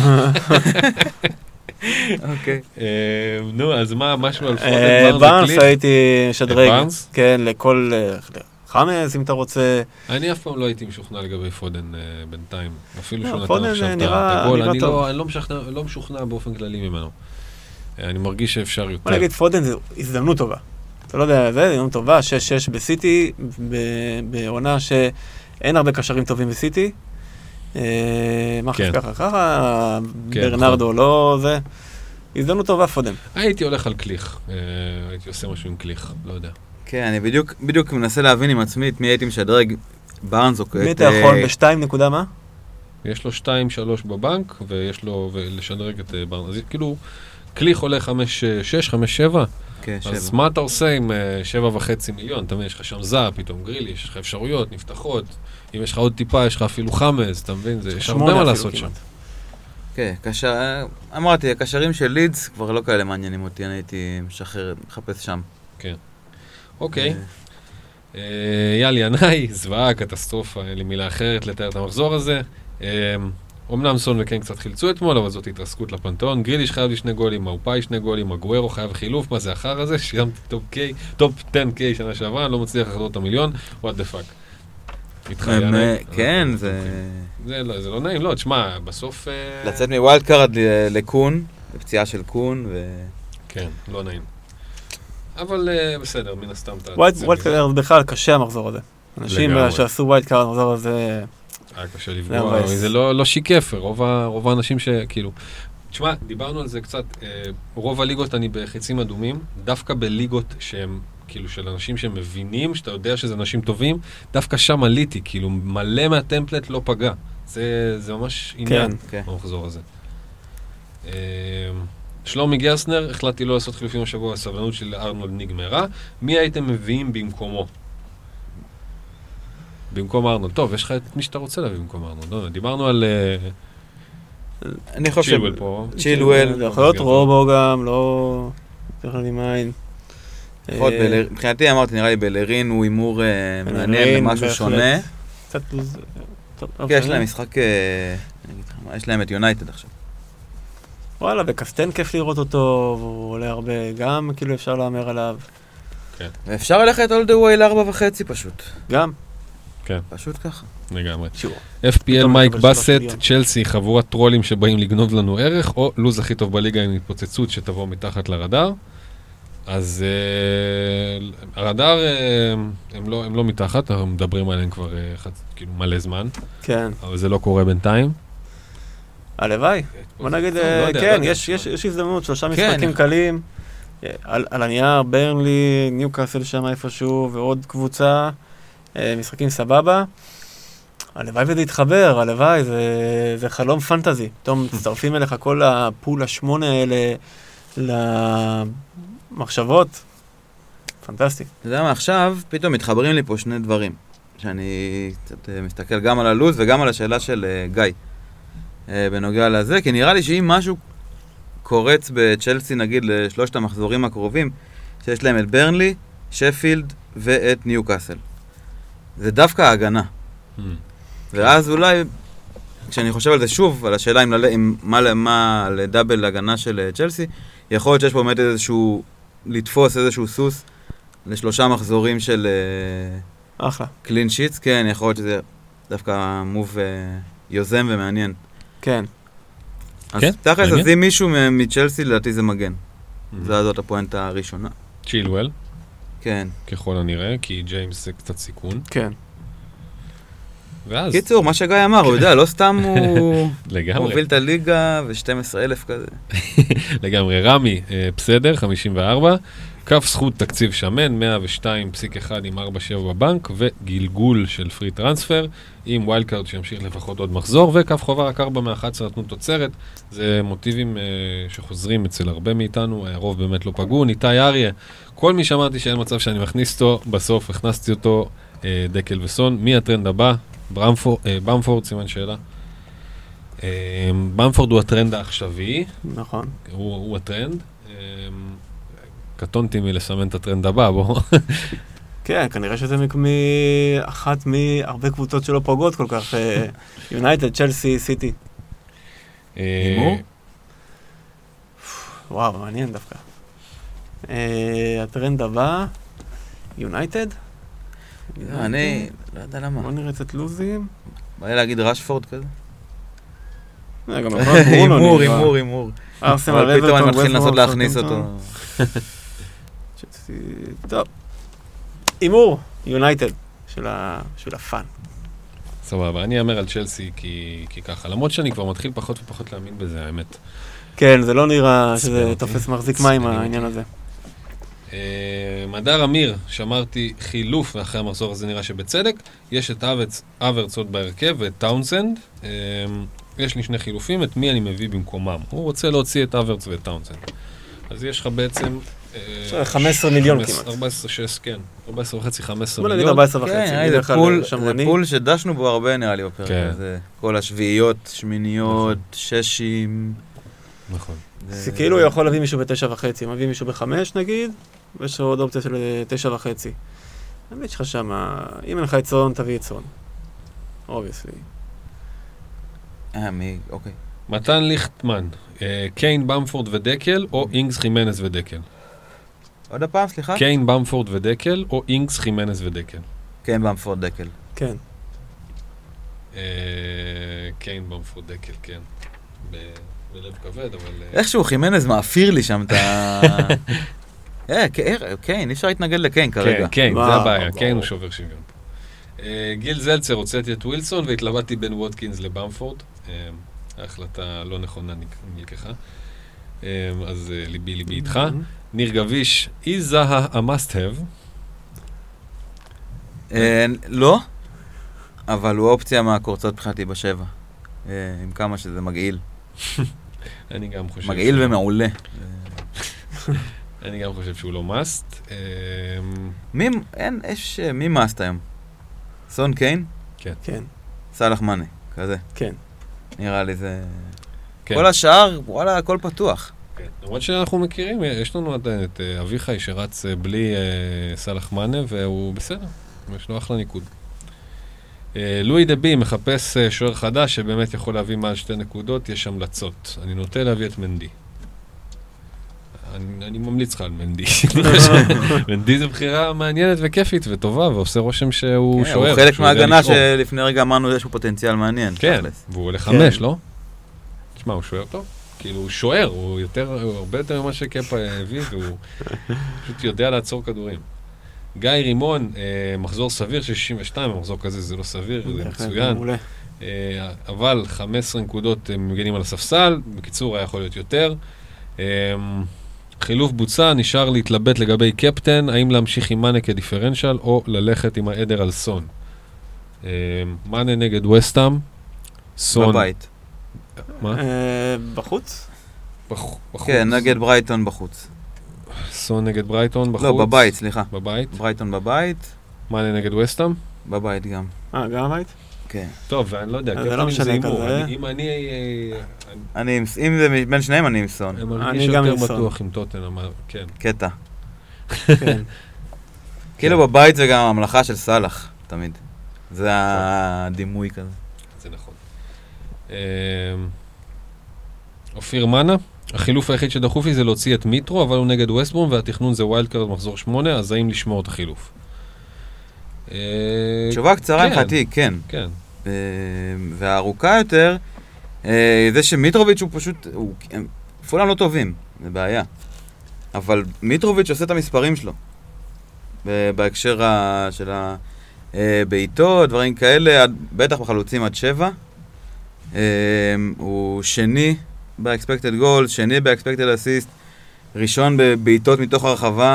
אוקיי. נו, אז מה, משהו על פודן, בארנס הייתי שדרג. בארנס? כן, לכל... חמאס, אם אתה רוצה. אני אף פעם לא הייתי משוכנע לגבי פודן בינתיים. אפילו שהוא נתן פודן עכשיו את הגול. אני לא משוכנע באופן כללי ממנו. אני מרגיש שאפשר יותר. בוא נגיד, פודן זה הזדמנות טובה. אתה לא יודע, זה הזדמנות טובה, 6-6 בסיטי, בעונה שאין הרבה קשרים טובים בסיטי. מה חושב ככה? ברנרדו, לא זה. הזדמנות טובה, פודן. הייתי הולך על קליך. הייתי עושה משהו עם קליך, לא יודע. כן, אני בדיוק מנסה להבין עם עצמי את מי הייתי משדרג בארנס או... מי אתה יכול ב2 נקודה מה? יש לו 2-3 בבנק, ויש לו לשדרג את בארנס. אז כאילו, קליך עולה 5-6, 5-7. אז מה אתה עושה עם 7.5 מיליון? אתה מבין, יש לך שם זע, פתאום גרילי, יש לך אפשרויות, נפתחות. אם יש לך עוד טיפה, יש לך אפילו חמאס, אתה מבין? יש הרבה מה לעשות שם. כן, אמרתי, הקשרים של לידס כבר לא כאלה מעניינים אותי, אני הייתי מחפש שם. כן. אוקיי. יאלי ינאי, זוועה, קטסטרופה, אין לי מילה אחרת לתאר את המחזור הזה. אמנם סון וקיין קצת חילצו אתמול, אבל זאת התרסקות לפנתיאון. גריליש חייב לי 2 גולים, מאופאי 2 גולים, אגוארו חייב חילוף, מה זה אחר הזה? שילמתי טופ 10K שנה שעברה, אני לא מצליח לחדור את המיליון, what the fuck. איתך היה נעים? כן, זה... זה לא נעים, לא, תשמע, בסוף... לצאת מווילד קארד לקון, לפציעה של קון, כן, לא נעים. אבל בסדר, מן הסתם אתה... ווילד קארד בכלל קשה המחזור הזה. אנשים שעשו ווילד קארד המחזור הזה... היה קשה לפגוע, זה לא שיקף, רוב האנשים שכאילו... תשמע, דיברנו על זה קצת, רוב הליגות אני בחיצים אדומים, דווקא בליגות שהם, כאילו, של אנשים שמבינים, שאתה יודע שזה אנשים טובים, דווקא שם עליתי, כאילו, מלא מהטמפלט לא פגע. זה ממש עניין, המחזור הזה. שלומי גרסנר, החלטתי לא לעשות חילופים השבוע, הסבלנות של ארנולד נגמרה. מי הייתם מביאים במקומו? במקום ארנולד. טוב, יש לך את מי שאתה רוצה להביא במקום ארנולד. דיברנו על... אני חושב... צ'ילואל פה. צ'ילואל. זה יכול להיות רובו גם, לא... צריך לי מים. מבחינתי אמרתי, נראה לי בלרין הוא אימור מעניין למשהו שונה. קצת... כי יש להם משחק... יש להם את יונייטד עכשיו. וואלה, וקסטן כיף לראות אותו, והוא עולה הרבה, גם כאילו אפשר לאמר עליו. כן. ואפשר ללכת all the way ל4.5 פשוט. גם. כן. פשוט ככה. לגמרי. FPL מייק בסט, צ'לסי, חבורת טרולים שבאים לגנוב לנו ערך, או לוז הכי טוב בליגה עם התפוצצות שתבוא מתחת לרדאר. אז הרדאר, הם לא מתחת, אנחנו מדברים עליהם כבר כאילו מלא זמן. כן. אבל זה לא קורה בינתיים. הלוואי. בוא נגיד, כן, יש הזדמנות, 3 משחקים קלים. על הנייר, ברנלי, ניוקאסל שם איפשהו, ועוד קבוצה. משחקים סבבה. הלוואי וזה יתחבר, הלוואי, זה חלום פנטזי. פתאום מצטרפים אליך כל הפול 8 האלה למחשבות. פנטסטי. אתה יודע מה, עכשיו פתאום מתחברים לי פה שני דברים. שאני קצת מסתכל גם על הלוז וגם על השאלה של גיא. בנוגע לזה, כי נראה לי שאם משהו קורץ בצ'לסי, נגיד, לשלושת המחזורים הקרובים, שיש להם את ברנלי, שפילד ואת ניוקאסל. זה דווקא ההגנה. ואז אולי, כשאני חושב על זה שוב, על השאלה מה לדאבל הגנה של צ'לסי, יכול להיות שיש פה באמת איזשהו, לתפוס איזשהו סוס לשלושה מחזורים של אחלה. קלין שיטס, כן, יכול להיות שזה דווקא מוב יוזם ומעניין. כן. אז תכף, אז אם מישהו מצ'לסי, לדעתי זה מגן. זאת הפואנטה הראשונה. צ'ילואל. כן. ככל הנראה, כי ג'יימס זה קצת סיכון. כן. ואז... קיצור, מה שגיא אמר, הוא יודע, לא סתם הוא... לגמרי. מוביל את הליגה ו12,000 כזה. לגמרי. רמי, בסדר, 54. כף זכות תקציב שמן, 102.1 עם 4.7 בבנק, וגלגול של פרי טרנספר, עם ווילד קארד שימשיך לפחות עוד מחזור, וכף חובה רק 4 מ-11 נתנו תוצרת. זה מוטיבים שחוזרים אצל הרבה מאיתנו, הרוב באמת לא פגעו. ניתאי אריה, כל מי שמעתי שאין מצב שאני מכניס אותו, בסוף הכנסתי אותו, דקל וסון. מי הטרנד הבא? במפורד, סימן שאלה. במפורד הוא הטרנד העכשווי. נכון. הוא הטרנד. קטונתי מלסמן את הטרנד הבא, בוא. כן, כנראה שזה אחת מהרבה קבוצות שלא פוגעות כל כך. יונייטד, צ'לסי, סיטי. הימור? וואו, מעניין דווקא. הטרנד הבא, יונייטד? אני לא יודע למה. בוא נראה קצת לוזים. בא לי להגיד רשפורד כזה. הימור. אבל פתאום אני מתחיל לנסות להכניס אותו. טוב. הימור, יונייטד, של הפאן. סבבה, אני אאמר על צ'לסי כי ככה, למרות שאני כבר מתחיל פחות ופחות להאמין בזה, האמת. כן, זה לא נראה שזה תופס מחזיק מים העניין הזה. מדר אמיר, שאמרתי חילוף, ואחרי המחזור הזה נראה שבצדק, יש את אברץ עוד בהרכב ואת טאונסנד. יש לי שני חילופים, את מי אני מביא במקומם. הוא רוצה להוציא את אברץ ואת טאונסנד. אז יש לך בעצם... 15 מיליון כמעט. 14.6, כן. 14.5, 15 בוא נגיד מיליון. 14.5. זה פול שדשנו בו הרבה נראה לי בפרק הזה. כל השביעיות, שמיניות, ששים. נכון. זה כאילו הוא יכול להביא מישהו ב9.5, מביא מישהו ב5 נגיד, ויש עוד אופציה של 9.5. אני יש לך שם, אם אין לך את צון, תביא את צון. אובייסלי. אוקיי. מתן ליכטמן, קיין, במפורד ודקל, או אינגס, חימנס ודקל? עוד הפעם, סליחה? קיין, במפורד ודקל, או אינגס, חימנס ודקל? קיין, במפורד, דקל. כן. קיין במפורד דקל, כן. בלב כבד, אבל... איכשהו חימנז מאפיר לי שם את ה... קיין, אי אפשר להתנגד לקיין כרגע. כן, זה הבעיה, קיין הוא שובר שוויון. גיל זלצר, הוצאתי את ווילסון והתלבטתי בין ווטקינס לבמפורד. ההחלטה לא נכונה נלקחה. אז ליבי איתך. ניר גביש, is Zaha a must have? לא, אבל הוא אופציה מהקורצות מבחינתי בשבע. עם כמה שזה מגעיל. אני גם חושב... מגעיל ומעולה. אני גם חושב שהוא לא must. מי must היום? סון קיין? כן. סלח מני, כזה. כן. נראה לי זה... כן. כל השאר, וואלה, הכל פתוח. כן. למרות שאנחנו מכירים, יש לנו עדיין את אביחי שרץ בלי סלח מני, והוא בסדר. יש לו אחלה ניקוד. לואי דבי מחפש שוער חדש שבאמת יכול להביא מעל 2 נקודות, יש המלצות. אני נוטה להביא את מנדי. אני ממליץ לך על מנדי. מנדי זה בחירה מעניינת וכיפית וטובה, ועושה רושם שהוא שוער. הוא חלק מההגנה שלפני רגע אמרנו שיש לו פוטנציאל מעניין. כן, והוא עולה 5, לא? תשמע, הוא שוער טוב. כאילו, הוא שוער, הוא הרבה יותר ממה שקפה הביא, והוא פשוט יודע לעצור כדורים. גיא רימון, מחזור סביר של 62, המחזור כזה זה לא סביר, זה מצוין. אבל 15 נקודות מגנים על הספסל, בקיצור היה יכול להיות יותר. חילוף בוצע, נשאר להתלבט לגבי קפטן, האם להמשיך עם מנה כדיפרנציאל או ללכת עם העדר על סון. מנה נגד וסטאם, סון... בבית. מה? בחוץ? בחוץ. כן, נגד ברייטון בחוץ. סון נגד ברייטון בחוץ. לא, בבית, סליחה. בבית. ברייטון בבית. מנה נגד וסטאם? בבית גם. גם בבית? כן. טוב, ואני לא יודע, זה לא משנה כזה. אם אם זה בין שניהם, אני עם סון. אני מרגיש יותר בטוח עם טוטנהאם, כן. קטע. כן. כאילו בבית זה גם המלאכה של סלח, תמיד. זה הדימוי כזה. זה נכון. אופיר מנה, החילוף היחיד שדחוף לי זה להוציא את מיטרו, אבל הוא נגד ווסטברום, והתכנון זה ווילד קארד מחזור 8, אז האם לשמור את החילוף? תשובה קצרה מבחינתי, כן. כן. והארוכה יותר, זה שמיטרוביץ' הוא פשוט, פולאם לא טובים, זה בעיה. אבל מיטרוביץ' עושה את המספרים שלו. בהקשר של הבעיטות, דברים כאלה, בטח בחלוצים עד 7. הוא שני ב-expected goals, שני ב-expected assist, ראשון בבעיטות מתוך הרחבה.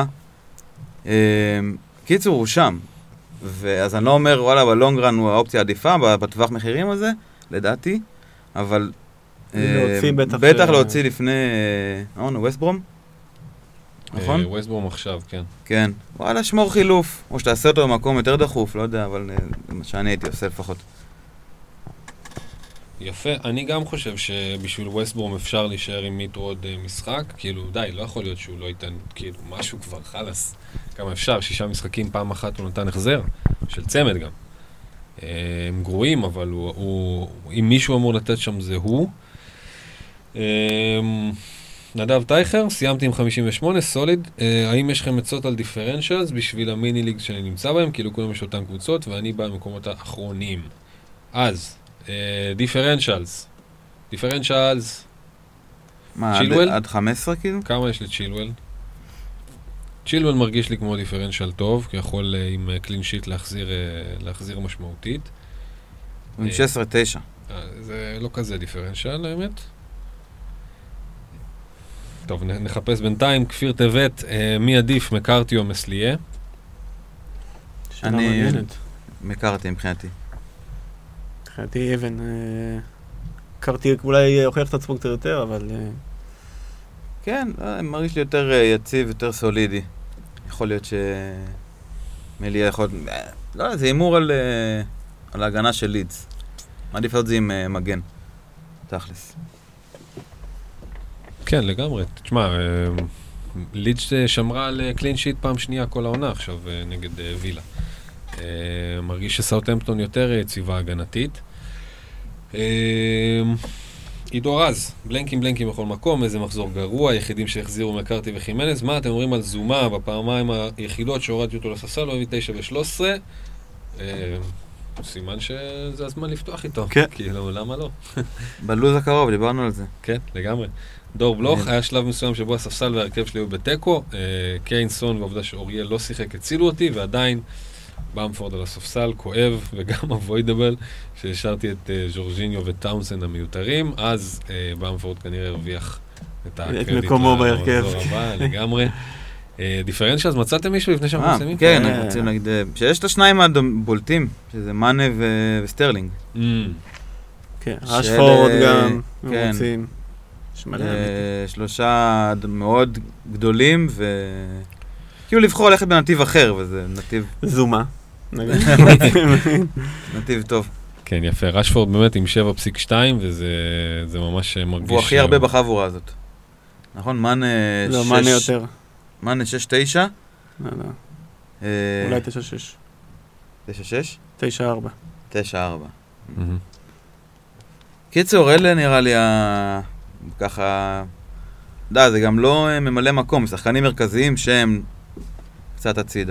קיצור, הוא שם. אז אני לא אומר, וואלה, בלונגרן הוא האופציה העדיפה, בטווח מחירים הזה, לדעתי, אבל בטח להוציא לפני, ווסטברום, נכון? ווסטברום עכשיו, כן. כן, וואלה, שמור חילוף, או שתעשה אותו במקום יותר דחוף, לא יודע, אבל מה שאני הייתי עושה לפחות. יפה, אני גם חושב שבשביל ווסטברום אפשר להישאר עם מיטרו עוד משחק, כאילו די, לא יכול להיות שהוא לא ייתן, כאילו משהו כבר חלס, כמה אפשר, 6 משחקים פעם אחת הוא נתן החזר, של צמד גם. הם גרועים, אבל אם מישהו אמור לתת שם זה הוא. נדב טייכר, סיימתי עם 58, סוליד. האם יש לכם עצות על דיפרנציאלס בשביל המיני ליג שאני נמצא בהם? כאילו כולם יש אותן קבוצות, ואני בא במקומות האחרונים. אז, דיפרנציאלס. מה, צ'ילואל? עד 15 כאילו? כמה יש לצ'ילואל? צ'ילואל מרגיש לי כמו דיפרנציאל טוב, כי יכול עם קלין שיט להחזיר משמעותית. עם 16-9. זה לא כזה דיפרנציאל, האמת. טוב, נחפש בינתיים, כפיר טבת, מי עדיף, מקארתי או מסליה? אני מקארתי מבחינתי. מבחינתי אבן, קארתי אולי הוכיח את עצמו קצת יותר, אבל... כן, מרגיש לי יותר יציב, יותר סולידי. יכול להיות שמליה יכול... לא, זה אימור על ההגנה של לידס. מעדיף להיות זה עם מגן. תכלס. כן, לגמרי. תשמע, לידס שמרה על קלין שיט פעם שנייה כל העונה עכשיו נגד וילה. מרגיש שסאוטהמפטון יותר יציבה הגנתית. עידו רז, בלנקים בכל מקום, איזה מחזור גרוע, היחידים שהחזירו מקארתי וחימנז. מה אתם אומרים על זומה בפעמיים היחידות שהורדתי אותו לספסל, הוא הביא 9 ו-13. סימן שזה הזמן לפתוח איתו. כן. כאילו, למה לא? בלוז הקרוב, דיברנו על זה. כן, לגמרי. דור בלוך, היה שלב מסוים שבו הספסל והרכב שלי היו בתיקו, קיין, סון והעובדה שאוריאל לא שיחק הצילו אותי, ועדיין במפורד על הספסל, כואב וגם אבוידבל, שהשארתי את ז'ורג'יניו וטאונסן המיותרים, אז במפורד כנראה הרוויח את הקרדיט מקומו בהרכב. למחזור הבא, לגמרי. דיפרנציה, אז מצאתם מישהו לפני שאנחנו מסיימים? כן, אנחנו רוצים להגיד, שיש את השניים הבולטים, שזה מאנה וסטרלינג. כן, רשפורד גם, כן. רוצים. שלושה מאוד גדולים, כאילו לבחור ללכת בנתיב אחר, וזה נתיב... זומה. נתיב טוב. כן, יפה. רשפורד באמת עם 7.2, וזה ממש מרגיש... והוא הכי הרבה בחבורה הזאת. נכון? מאנה 6... לא, מאנה יותר. מאנה 6-9? לא. אולי 9-6. 9-6? 9-4. 9-4. קיצור, אלה נראה לי ככה... זה גם לא ממלא מקום, שחקנים מרכזיים שהם קצת הצידה.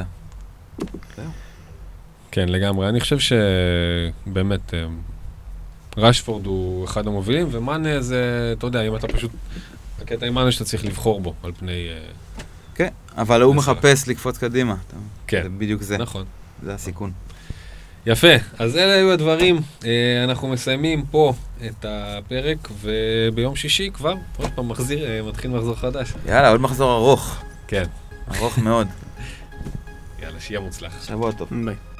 כן, לגמרי. אני חושב שבאמת רשפורד הוא אחד המובילים, ומאנה זה, אתה יודע, אם אתה פשוט... הקטע עם מאנה שאתה צריך לבחור בו על פני... כן, אבל הוא מחפש לקפוץ קדימה. כן. זה בדיוק זה. נכון. זה הסיכון. יפה, אז אלה היו הדברים. אנחנו מסיימים פה את הפרק, וביום שישי כבר, עוד פעם מתחיל מחזור חדש. יאללה, עוד מחזור ארוך. כן. ארוך מאוד. יאללה, שיהיה מוצלח. שבוע טוב. ביי.